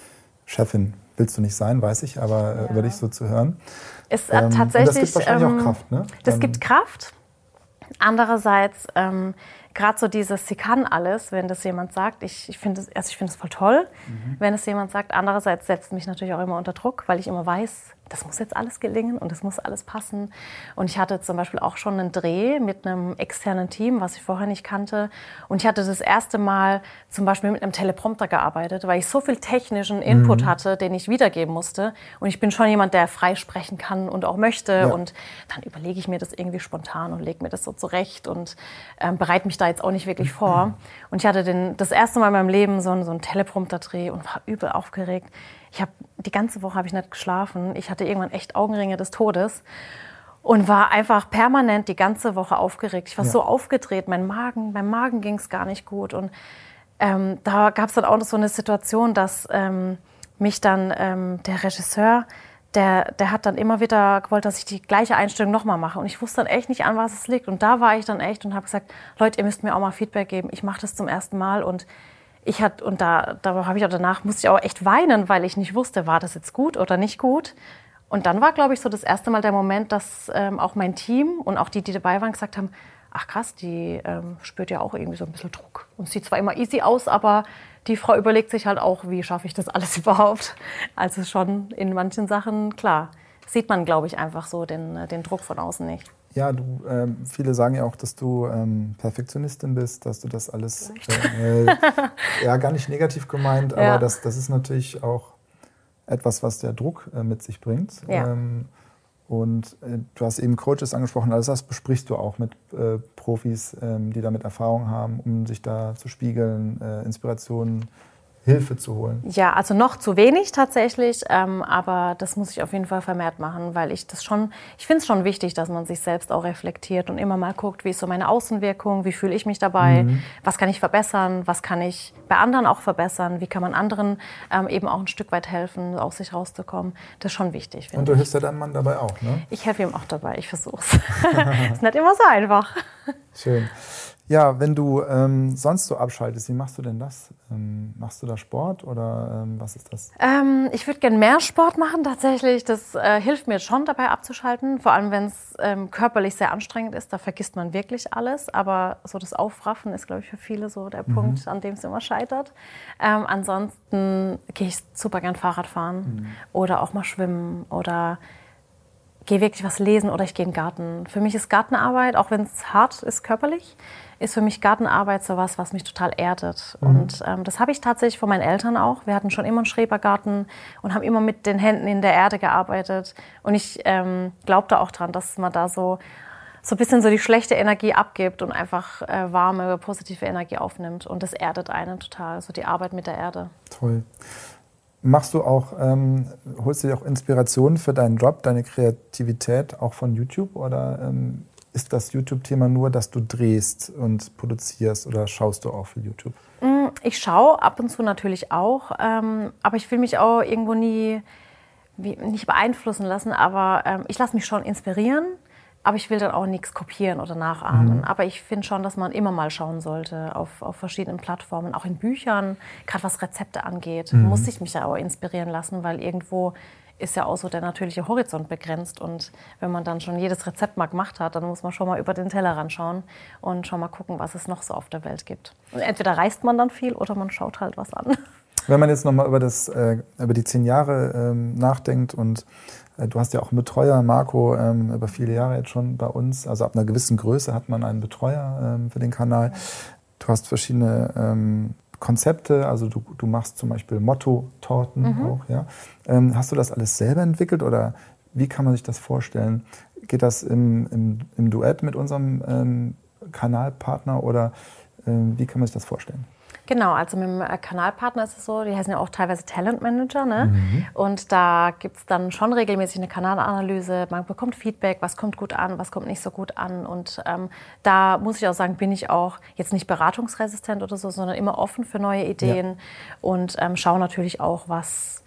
Chefin willst du nicht sein, weiß ich, aber über dich so zu hören. Es hat tatsächlich, und das gibt wahrscheinlich auch Kraft, ne? Das gibt Kraft. Andererseits, gerade so dieses, sie kann alles, wenn das jemand sagt. Ich finde es voll toll, wenn es jemand sagt. Andererseits setzt mich natürlich auch immer unter Druck, weil ich immer weiß, das muss jetzt alles gelingen und das muss alles passen. Und ich hatte zum Beispiel auch schon einen Dreh mit einem externen Team, was ich vorher nicht kannte. Und ich hatte das erste Mal zum Beispiel mit einem Teleprompter gearbeitet, weil ich so viel technischen Input hatte, den ich wiedergeben musste. Und ich bin schon jemand, der frei sprechen kann und auch möchte. Ja. Und dann überlege ich mir das irgendwie spontan und lege mir das so zurecht und bereite mich da jetzt auch nicht wirklich vor. Und ich hatte das erste Mal in meinem Leben so einen Teleprompter-Dreh und war übel aufgeregt. Die ganze Woche habe ich nicht geschlafen. Ich hatte irgendwann echt Augenringe des Todes und war einfach permanent die ganze Woche aufgeregt. Ich war so aufgedreht, beim Magen ging es gar nicht gut. Und da gab es dann auch noch so eine Situation, dass mich dann der Regisseur, der hat dann immer wieder gewollt, dass ich die gleiche Einstellung nochmal mache. Und ich wusste dann echt nicht, an was es liegt. Und da war ich dann echt und habe gesagt, Leute, ihr müsst mir auch mal Feedback geben. Ich mache das zum ersten Mal und danach musste ich auch echt weinen, weil ich nicht wusste, war das jetzt gut oder nicht gut. Und dann war, glaube ich, so das erste Mal der Moment, dass auch mein Team und auch die dabei waren, gesagt haben, ach krass, die spürt ja auch irgendwie so ein bisschen Druck. Und sieht zwar immer easy aus, aber die Frau überlegt sich halt auch, wie schaffe ich das alles überhaupt. Also schon in manchen Sachen, klar, sieht man, glaube ich, einfach so den Druck von außen nicht. Ja, viele sagen ja auch, dass du Perfektionistin bist, dass du das alles, ja, gar nicht negativ gemeint, aber das ist natürlich auch etwas, was der Druck mit sich bringt. Ja. Und du hast eben Coaches angesprochen, also das besprichst du auch mit Profis, die damit Erfahrung haben, um sich da zu spiegeln, Inspirationen, Hilfe zu holen. Ja, also noch zu wenig tatsächlich, aber das muss ich auf jeden Fall vermehrt machen, weil ich finde es schon wichtig, dass man sich selbst auch reflektiert und immer mal guckt, wie ist so meine Außenwirkung, wie fühle ich mich dabei, was kann ich verbessern, was kann ich bei anderen auch verbessern, wie kann man anderen eben auch ein Stück weit helfen, aus sich rauszukommen. Das ist schon wichtig, finde ich. Und du hilfst ja deinem Mann dabei auch, ne? Ich helfe ihm auch dabei, ich versuche es. Ist nicht immer so einfach. Schön. Ja, wenn du sonst so abschaltest, wie machst du denn das? Machst du da Sport oder was ist das? Ich würde gerne mehr Sport machen tatsächlich. Das hilft mir schon dabei abzuschalten. Vor allem, wenn es körperlich sehr anstrengend ist, da vergisst man wirklich alles. Aber so das Aufraffen ist, glaube ich, für viele so der Punkt, an dem es immer scheitert. Ansonsten gehe ich super gern Fahrrad fahren oder auch mal schwimmen oder gehe wirklich was lesen oder ich gehe in den Garten. Für mich ist Gartenarbeit, auch wenn es hart ist körperlich, ist für mich Gartenarbeit sowas, was mich total erdet. Und das habe ich tatsächlich von meinen Eltern auch. Wir hatten schon immer einen Schrebergarten und haben immer mit den Händen in der Erde gearbeitet. Und ich glaube da auch dran, dass man da so ein bisschen so die schlechte Energie abgibt und einfach warme, positive Energie aufnimmt. Und das erdet einen total, so die Arbeit mit der Erde. Toll. Machst du auch, holst du dir auch Inspirationen für deinen Job, deine Kreativität auch von YouTube? Oder ist das YouTube-Thema nur, dass du drehst und produzierst oder schaust du auch für YouTube? Ich schaue ab und zu natürlich auch, aber ich will mich auch irgendwo nicht beeinflussen lassen, aber ich lasse mich schon inspirieren. Aber ich will dann auch nichts kopieren oder nachahmen. Aber ich finde schon, dass man immer mal schauen sollte auf verschiedenen Plattformen, auch in Büchern, gerade was Rezepte angeht. Muss ich mich ja auch inspirieren lassen, weil irgendwo ist ja auch so der natürliche Horizont begrenzt. Und wenn man dann schon jedes Rezept mal gemacht hat, dann muss man schon mal über den Tellerrand schauen und schon mal gucken, was es noch so auf der Welt gibt. Und entweder reist man dann viel oder man schaut halt was an. Wenn man jetzt nochmal über die 10 Jahre nachdenkt und du hast ja auch einen Betreuer, Marco, über viele Jahre jetzt schon bei uns. Also ab einer gewissen Größe hat man einen Betreuer für den Kanal. Du hast verschiedene Konzepte, also du machst zum Beispiel Motto-Torten auch. Ja? Hast du das alles selber entwickelt oder wie kann man sich das vorstellen? Geht das im Duett mit unserem Kanalpartner oder wie kann man sich das vorstellen? Genau, also mit dem Kanalpartner ist es so, die heißen ja auch teilweise Talentmanager, ne? Und da gibt es dann schon regelmäßig eine Kanalanalyse, man bekommt Feedback, was kommt gut an, was kommt nicht so gut an. Und da muss ich auch sagen, bin ich auch jetzt nicht beratungsresistent oder so, sondern immer offen für neue Ideen und schaue natürlich auch, was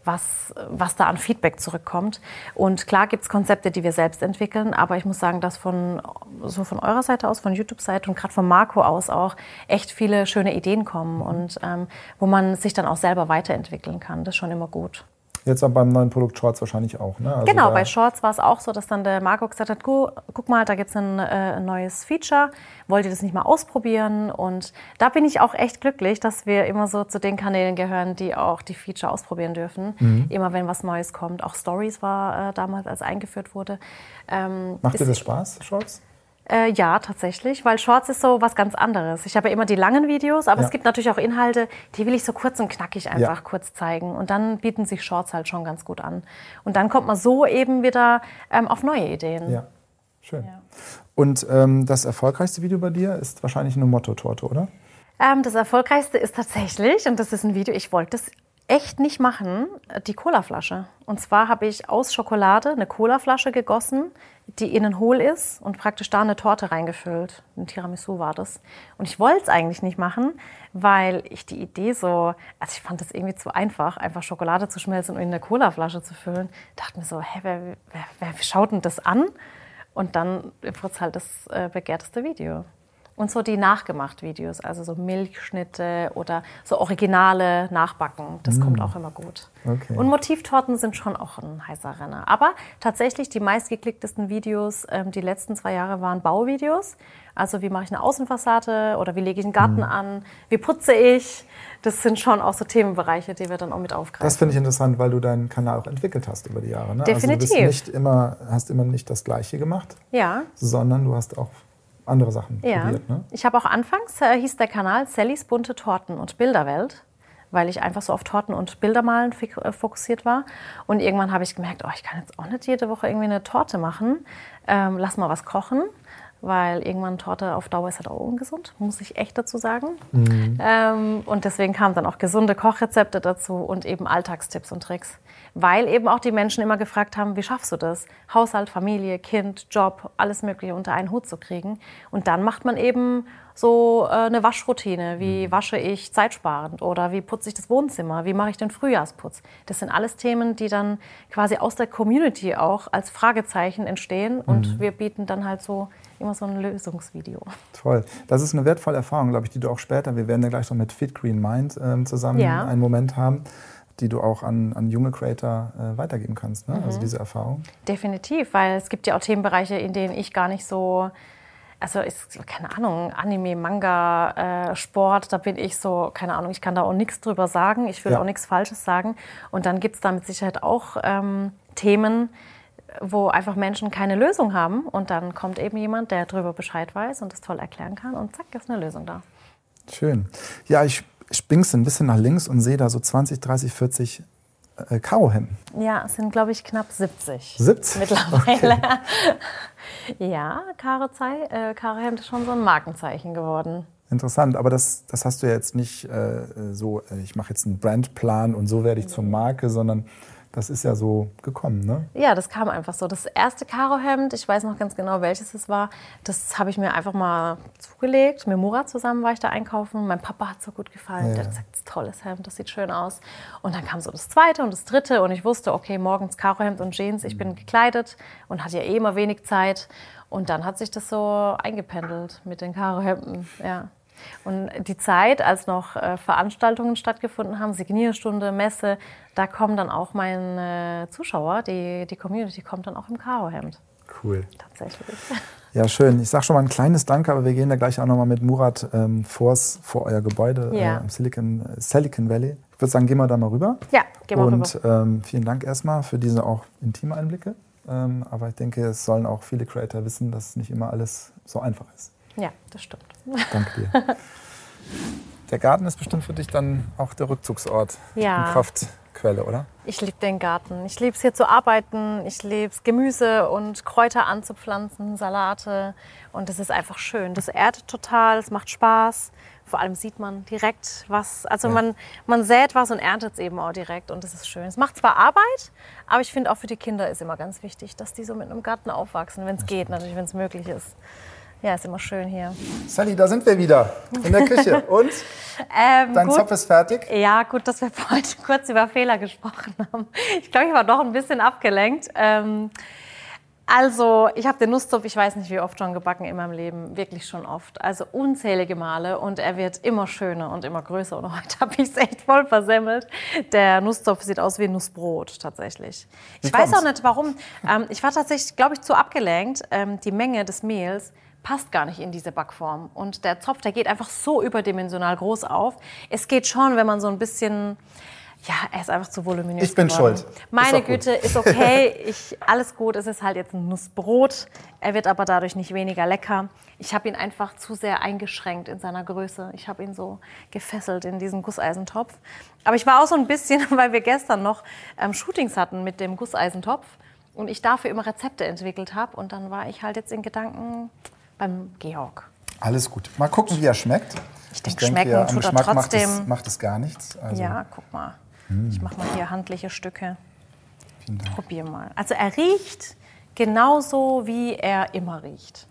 da an Feedback zurückkommt. Und klar gibt es Konzepte, die wir selbst entwickeln, aber ich muss sagen, dass von eurer Seite aus, von YouTube-Seite und gerade von Marco aus auch echt viele schöne Ideen kommen und wo man sich dann auch selber weiterentwickeln kann. Das ist schon immer gut. Jetzt auch beim neuen Produkt Shorts wahrscheinlich auch, ne? Also genau, bei Shorts war es auch so, dass dann der Marco gesagt hat, guck mal, da gibt es ein neues Feature, wollt ihr das nicht mal ausprobieren? Und da bin ich auch echt glücklich, dass wir immer so zu den Kanälen gehören, die auch die Feature ausprobieren dürfen. Immer wenn was Neues kommt. Auch Stories war damals, als eingeführt wurde. Macht dir das Spaß, Shorts? Ja, tatsächlich, weil Shorts ist so was ganz anderes. Ich habe ja immer die langen Videos, aber es gibt natürlich auch Inhalte, die will ich so kurz und knackig einfach kurz zeigen. Und dann bieten sich Shorts halt schon ganz gut an. Und dann kommt man so eben wieder auf neue Ideen. Ja, schön. Ja. Und das erfolgreichste Video bei dir ist wahrscheinlich eine Motto-Torte, oder? Das erfolgreichste ist tatsächlich, und das ist ein Video, ich wollte das echt nicht machen, die Colaflasche. Und zwar habe ich aus Schokolade eine Colaflasche gegossen, die innen hohl ist und praktisch da eine Torte reingefüllt. Ein Tiramisu war das. Und ich wollte es eigentlich nicht machen, weil ich die Idee also ich fand das irgendwie zu einfach Schokolade zu schmelzen und in eine Colaflasche zu füllen. Dachte mir so, wer schaut denn das an? Und dann wurde es halt das begehrteste Video. Und so die Nachgemacht-Videos, also so Milchschnitte oder so originale Nachbacken, das kommt auch immer gut. Okay. Und Motivtorten sind schon auch ein heißer Renner. Aber tatsächlich die meistgeklicktesten Videos die letzten 2 Jahre waren Bauvideos. Also wie mache ich eine Außenfassade oder wie lege ich einen Garten an, wie putze ich. Das sind schon auch so Themenbereiche, die wir dann auch mit aufgreifen. Das finde ich interessant, weil du deinen Kanal auch entwickelt hast über die Jahre. Ne? Definitiv. Also du hast immer nicht das Gleiche gemacht, sondern du hast auch andere Sachen probiert, ne? Ich habe auch anfangs, hieß der Kanal Sallys bunte Torten- und Bilderwelt, weil ich einfach so auf Torten und Bildermalen fokussiert war. Und irgendwann habe ich gemerkt, ich kann jetzt auch nicht jede Woche irgendwie eine Torte machen. Lass mal was kochen, weil irgendwann Torte auf Dauer ist halt auch ungesund, muss ich echt dazu sagen. Und deswegen kamen dann auch gesunde Kochrezepte dazu und eben Alltagstipps und Tricks. Weil eben auch die Menschen immer gefragt haben, wie schaffst du das? Haushalt, Familie, Kind, Job, alles Mögliche unter einen Hut zu kriegen. Und dann macht man eben so eine Waschroutine. Wie wasche ich zeitsparend? Oder wie putze ich das Wohnzimmer? Wie mache ich den Frühjahrsputz? Das sind alles Themen, die dann quasi aus der Community auch als Fragezeichen entstehen. Und wir bieten dann halt so immer so ein Lösungsvideo. Toll. Das ist eine wertvolle Erfahrung, glaube ich, die du auch später, wir werden ja gleich noch mit Fit Green Mind zusammen einen Moment haben, die du auch an junge Creator weitergeben kannst, ne? Also diese Erfahrung. Definitiv, weil es gibt ja auch Themenbereiche, in denen ich gar nicht so, also keine Ahnung, Anime, Manga, Sport, da bin ich so, keine Ahnung, ich kann da auch nichts drüber sagen, ich will auch nichts Falsches sagen. Und dann gibt es da mit Sicherheit auch Themen, wo einfach Menschen keine Lösung haben. Und dann kommt eben jemand, der darüber Bescheid weiß und das toll erklären kann. Und zack, ist eine Lösung da. Schön. Ja, ich springst ein bisschen nach links und sehe da so 20, 30, 40 Karohemden. Ja, es sind, glaube ich, knapp 70. 70? Mittlerweile. Okay. Ja, Karohemd ist schon so ein Markenzeichen geworden. Interessant, aber das hast du ja jetzt nicht so, ich mache jetzt einen Brandplan und so werde ich zur Marke, sondern das ist ja so gekommen, ne? Ja, das kam einfach so. Das erste Karohemd, ich weiß noch ganz genau, welches es war, das habe ich mir einfach mal zugelegt. Mit Murat zusammen war ich da einkaufen. Mein Papa hat es so gut gefallen. Der hat gesagt, das ist ein tolles Hemd, das sieht schön aus. Und dann kam so das zweite und das dritte und ich wusste, okay, morgens Karohemd und Jeans, ich bin gekleidet und hatte ja eh immer wenig Zeit. Und dann hat sich das so eingependelt mit den Karohemden, ja. Und die Zeit, als noch Veranstaltungen stattgefunden haben, Signierstunde, Messe, da kommen dann auch meine Zuschauer, die Community kommt dann auch im Karohemd. Cool. Tatsächlich. Ja, schön. Ich sage schon mal ein kleines Danke, aber wir gehen da gleich auch noch mal mit Murat vor euer Gebäude im Silicon Valley. Ich würde sagen, gehen wir da mal rüber. Ja, gehen wir rüber. Und vielen Dank erstmal für diese auch intime Einblicke. Aber ich denke, es sollen auch viele Creator wissen, dass nicht immer alles so einfach ist. Ja, das stimmt. Danke dir. Der Garten ist bestimmt für dich dann auch der Rückzugsort und Kraftquelle, oder? Ich liebe den Garten. Ich liebe es hier zu arbeiten. Ich liebe es, Gemüse und Kräuter anzupflanzen, Salate. Und es ist einfach schön. Das erdet total, es macht Spaß. Vor allem sieht man direkt was. Also man sät was und erntet es eben auch direkt. Und das ist schön. Es macht zwar Arbeit, aber ich finde auch für die Kinder ist immer ganz wichtig, dass die so mit einem Garten aufwachsen, wenn es geht, natürlich, wenn es möglich ist. Ja, ist immer schön hier. Sally, da sind wir wieder in der Küche. Und? Dein Zopf ist fertig? Ja, gut, dass wir heute kurz über Fehler gesprochen haben. Ich glaube, ich war doch ein bisschen abgelenkt. Also, ich habe den Nusszopf, ich weiß nicht wie oft schon gebacken in meinem Leben, wirklich schon oft. Also unzählige Male und er wird immer schöner und immer größer. Und heute habe ich es echt voll versemmelt. Der Nusszopf sieht aus wie ein Nussbrot tatsächlich. Ich weiß auch nicht warum. Ich war tatsächlich, glaube ich, zu abgelenkt. Die Menge des Mehls passt gar nicht in diese Backform. Und der Zopf, der geht einfach so überdimensional groß auf. Es geht schon, wenn man so ein bisschen... Ja, er ist einfach zu voluminös. Ich bin schuld. Meine Güte, ist okay. Alles gut. Es ist halt jetzt ein Nussbrot. Er wird aber dadurch nicht weniger lecker. Ich habe ihn einfach zu sehr eingeschränkt in seiner Größe. Ich habe ihn so gefesselt in diesen Gusseisentopf. Aber ich war auch so ein bisschen, weil wir gestern noch Shootings hatten mit dem Gusseisentopf und ich dafür immer Rezepte entwickelt habe. Und dann war ich halt jetzt in Gedanken beim Georg. Alles gut. Mal gucken, wie er schmeckt. Ich denke, schmecken tut er trotzdem. Macht es gar nichts. Also ja, guck mal. Ich mache mal hier handliche Stücke. Probier mal. Also er riecht genauso, wie er immer riecht.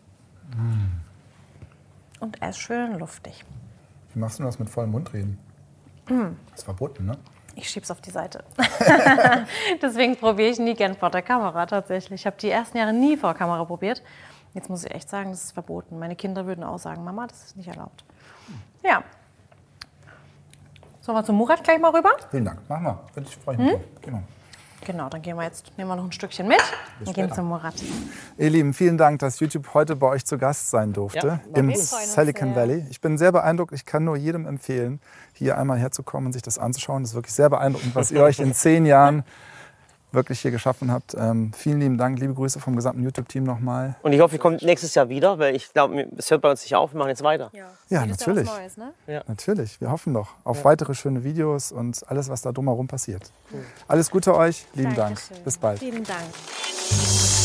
Und er ist schön luftig. Wie machst du das mit vollem Mund reden? Das ist verboten, ne? Ich schieb's auf die Seite. Deswegen probiere ich nie gern vor der Kamera tatsächlich. Ich habe die ersten Jahre nie vor der Kamera probiert. Jetzt muss ich echt sagen, das ist verboten. Meine Kinder würden auch sagen, Mama, das ist nicht erlaubt. Ja. Sollen wir zum Murat gleich mal rüber? Vielen Dank. Mach mal. Würde ich freuen. Genau, dann gehen wir jetzt, nehmen wir noch ein Stückchen mit und gehen zum Murat. Ihr Lieben, vielen Dank, dass YouTube heute bei euch zu Gast sein durfte im Silicon Valley. Ich bin sehr beeindruckt. Ich kann nur jedem empfehlen, hier einmal herzukommen und sich das anzuschauen. Das ist wirklich sehr beeindruckend, was ihr euch in 10 Jahren wirklich hier geschaffen habt. Vielen lieben Dank, liebe Grüße vom gesamten YouTube-Team nochmal. Und ich hoffe, ihr kommt nächstes Jahr wieder, weil ich glaube, es hört bei uns nicht auf, wir machen jetzt weiter. Ja, natürlich. Neues, ne? Natürlich, wir hoffen doch auf weitere schöne Videos und alles, was da drumherum passiert. Alles Gute euch, lieben Dank. Bis bald. Vielen Dank.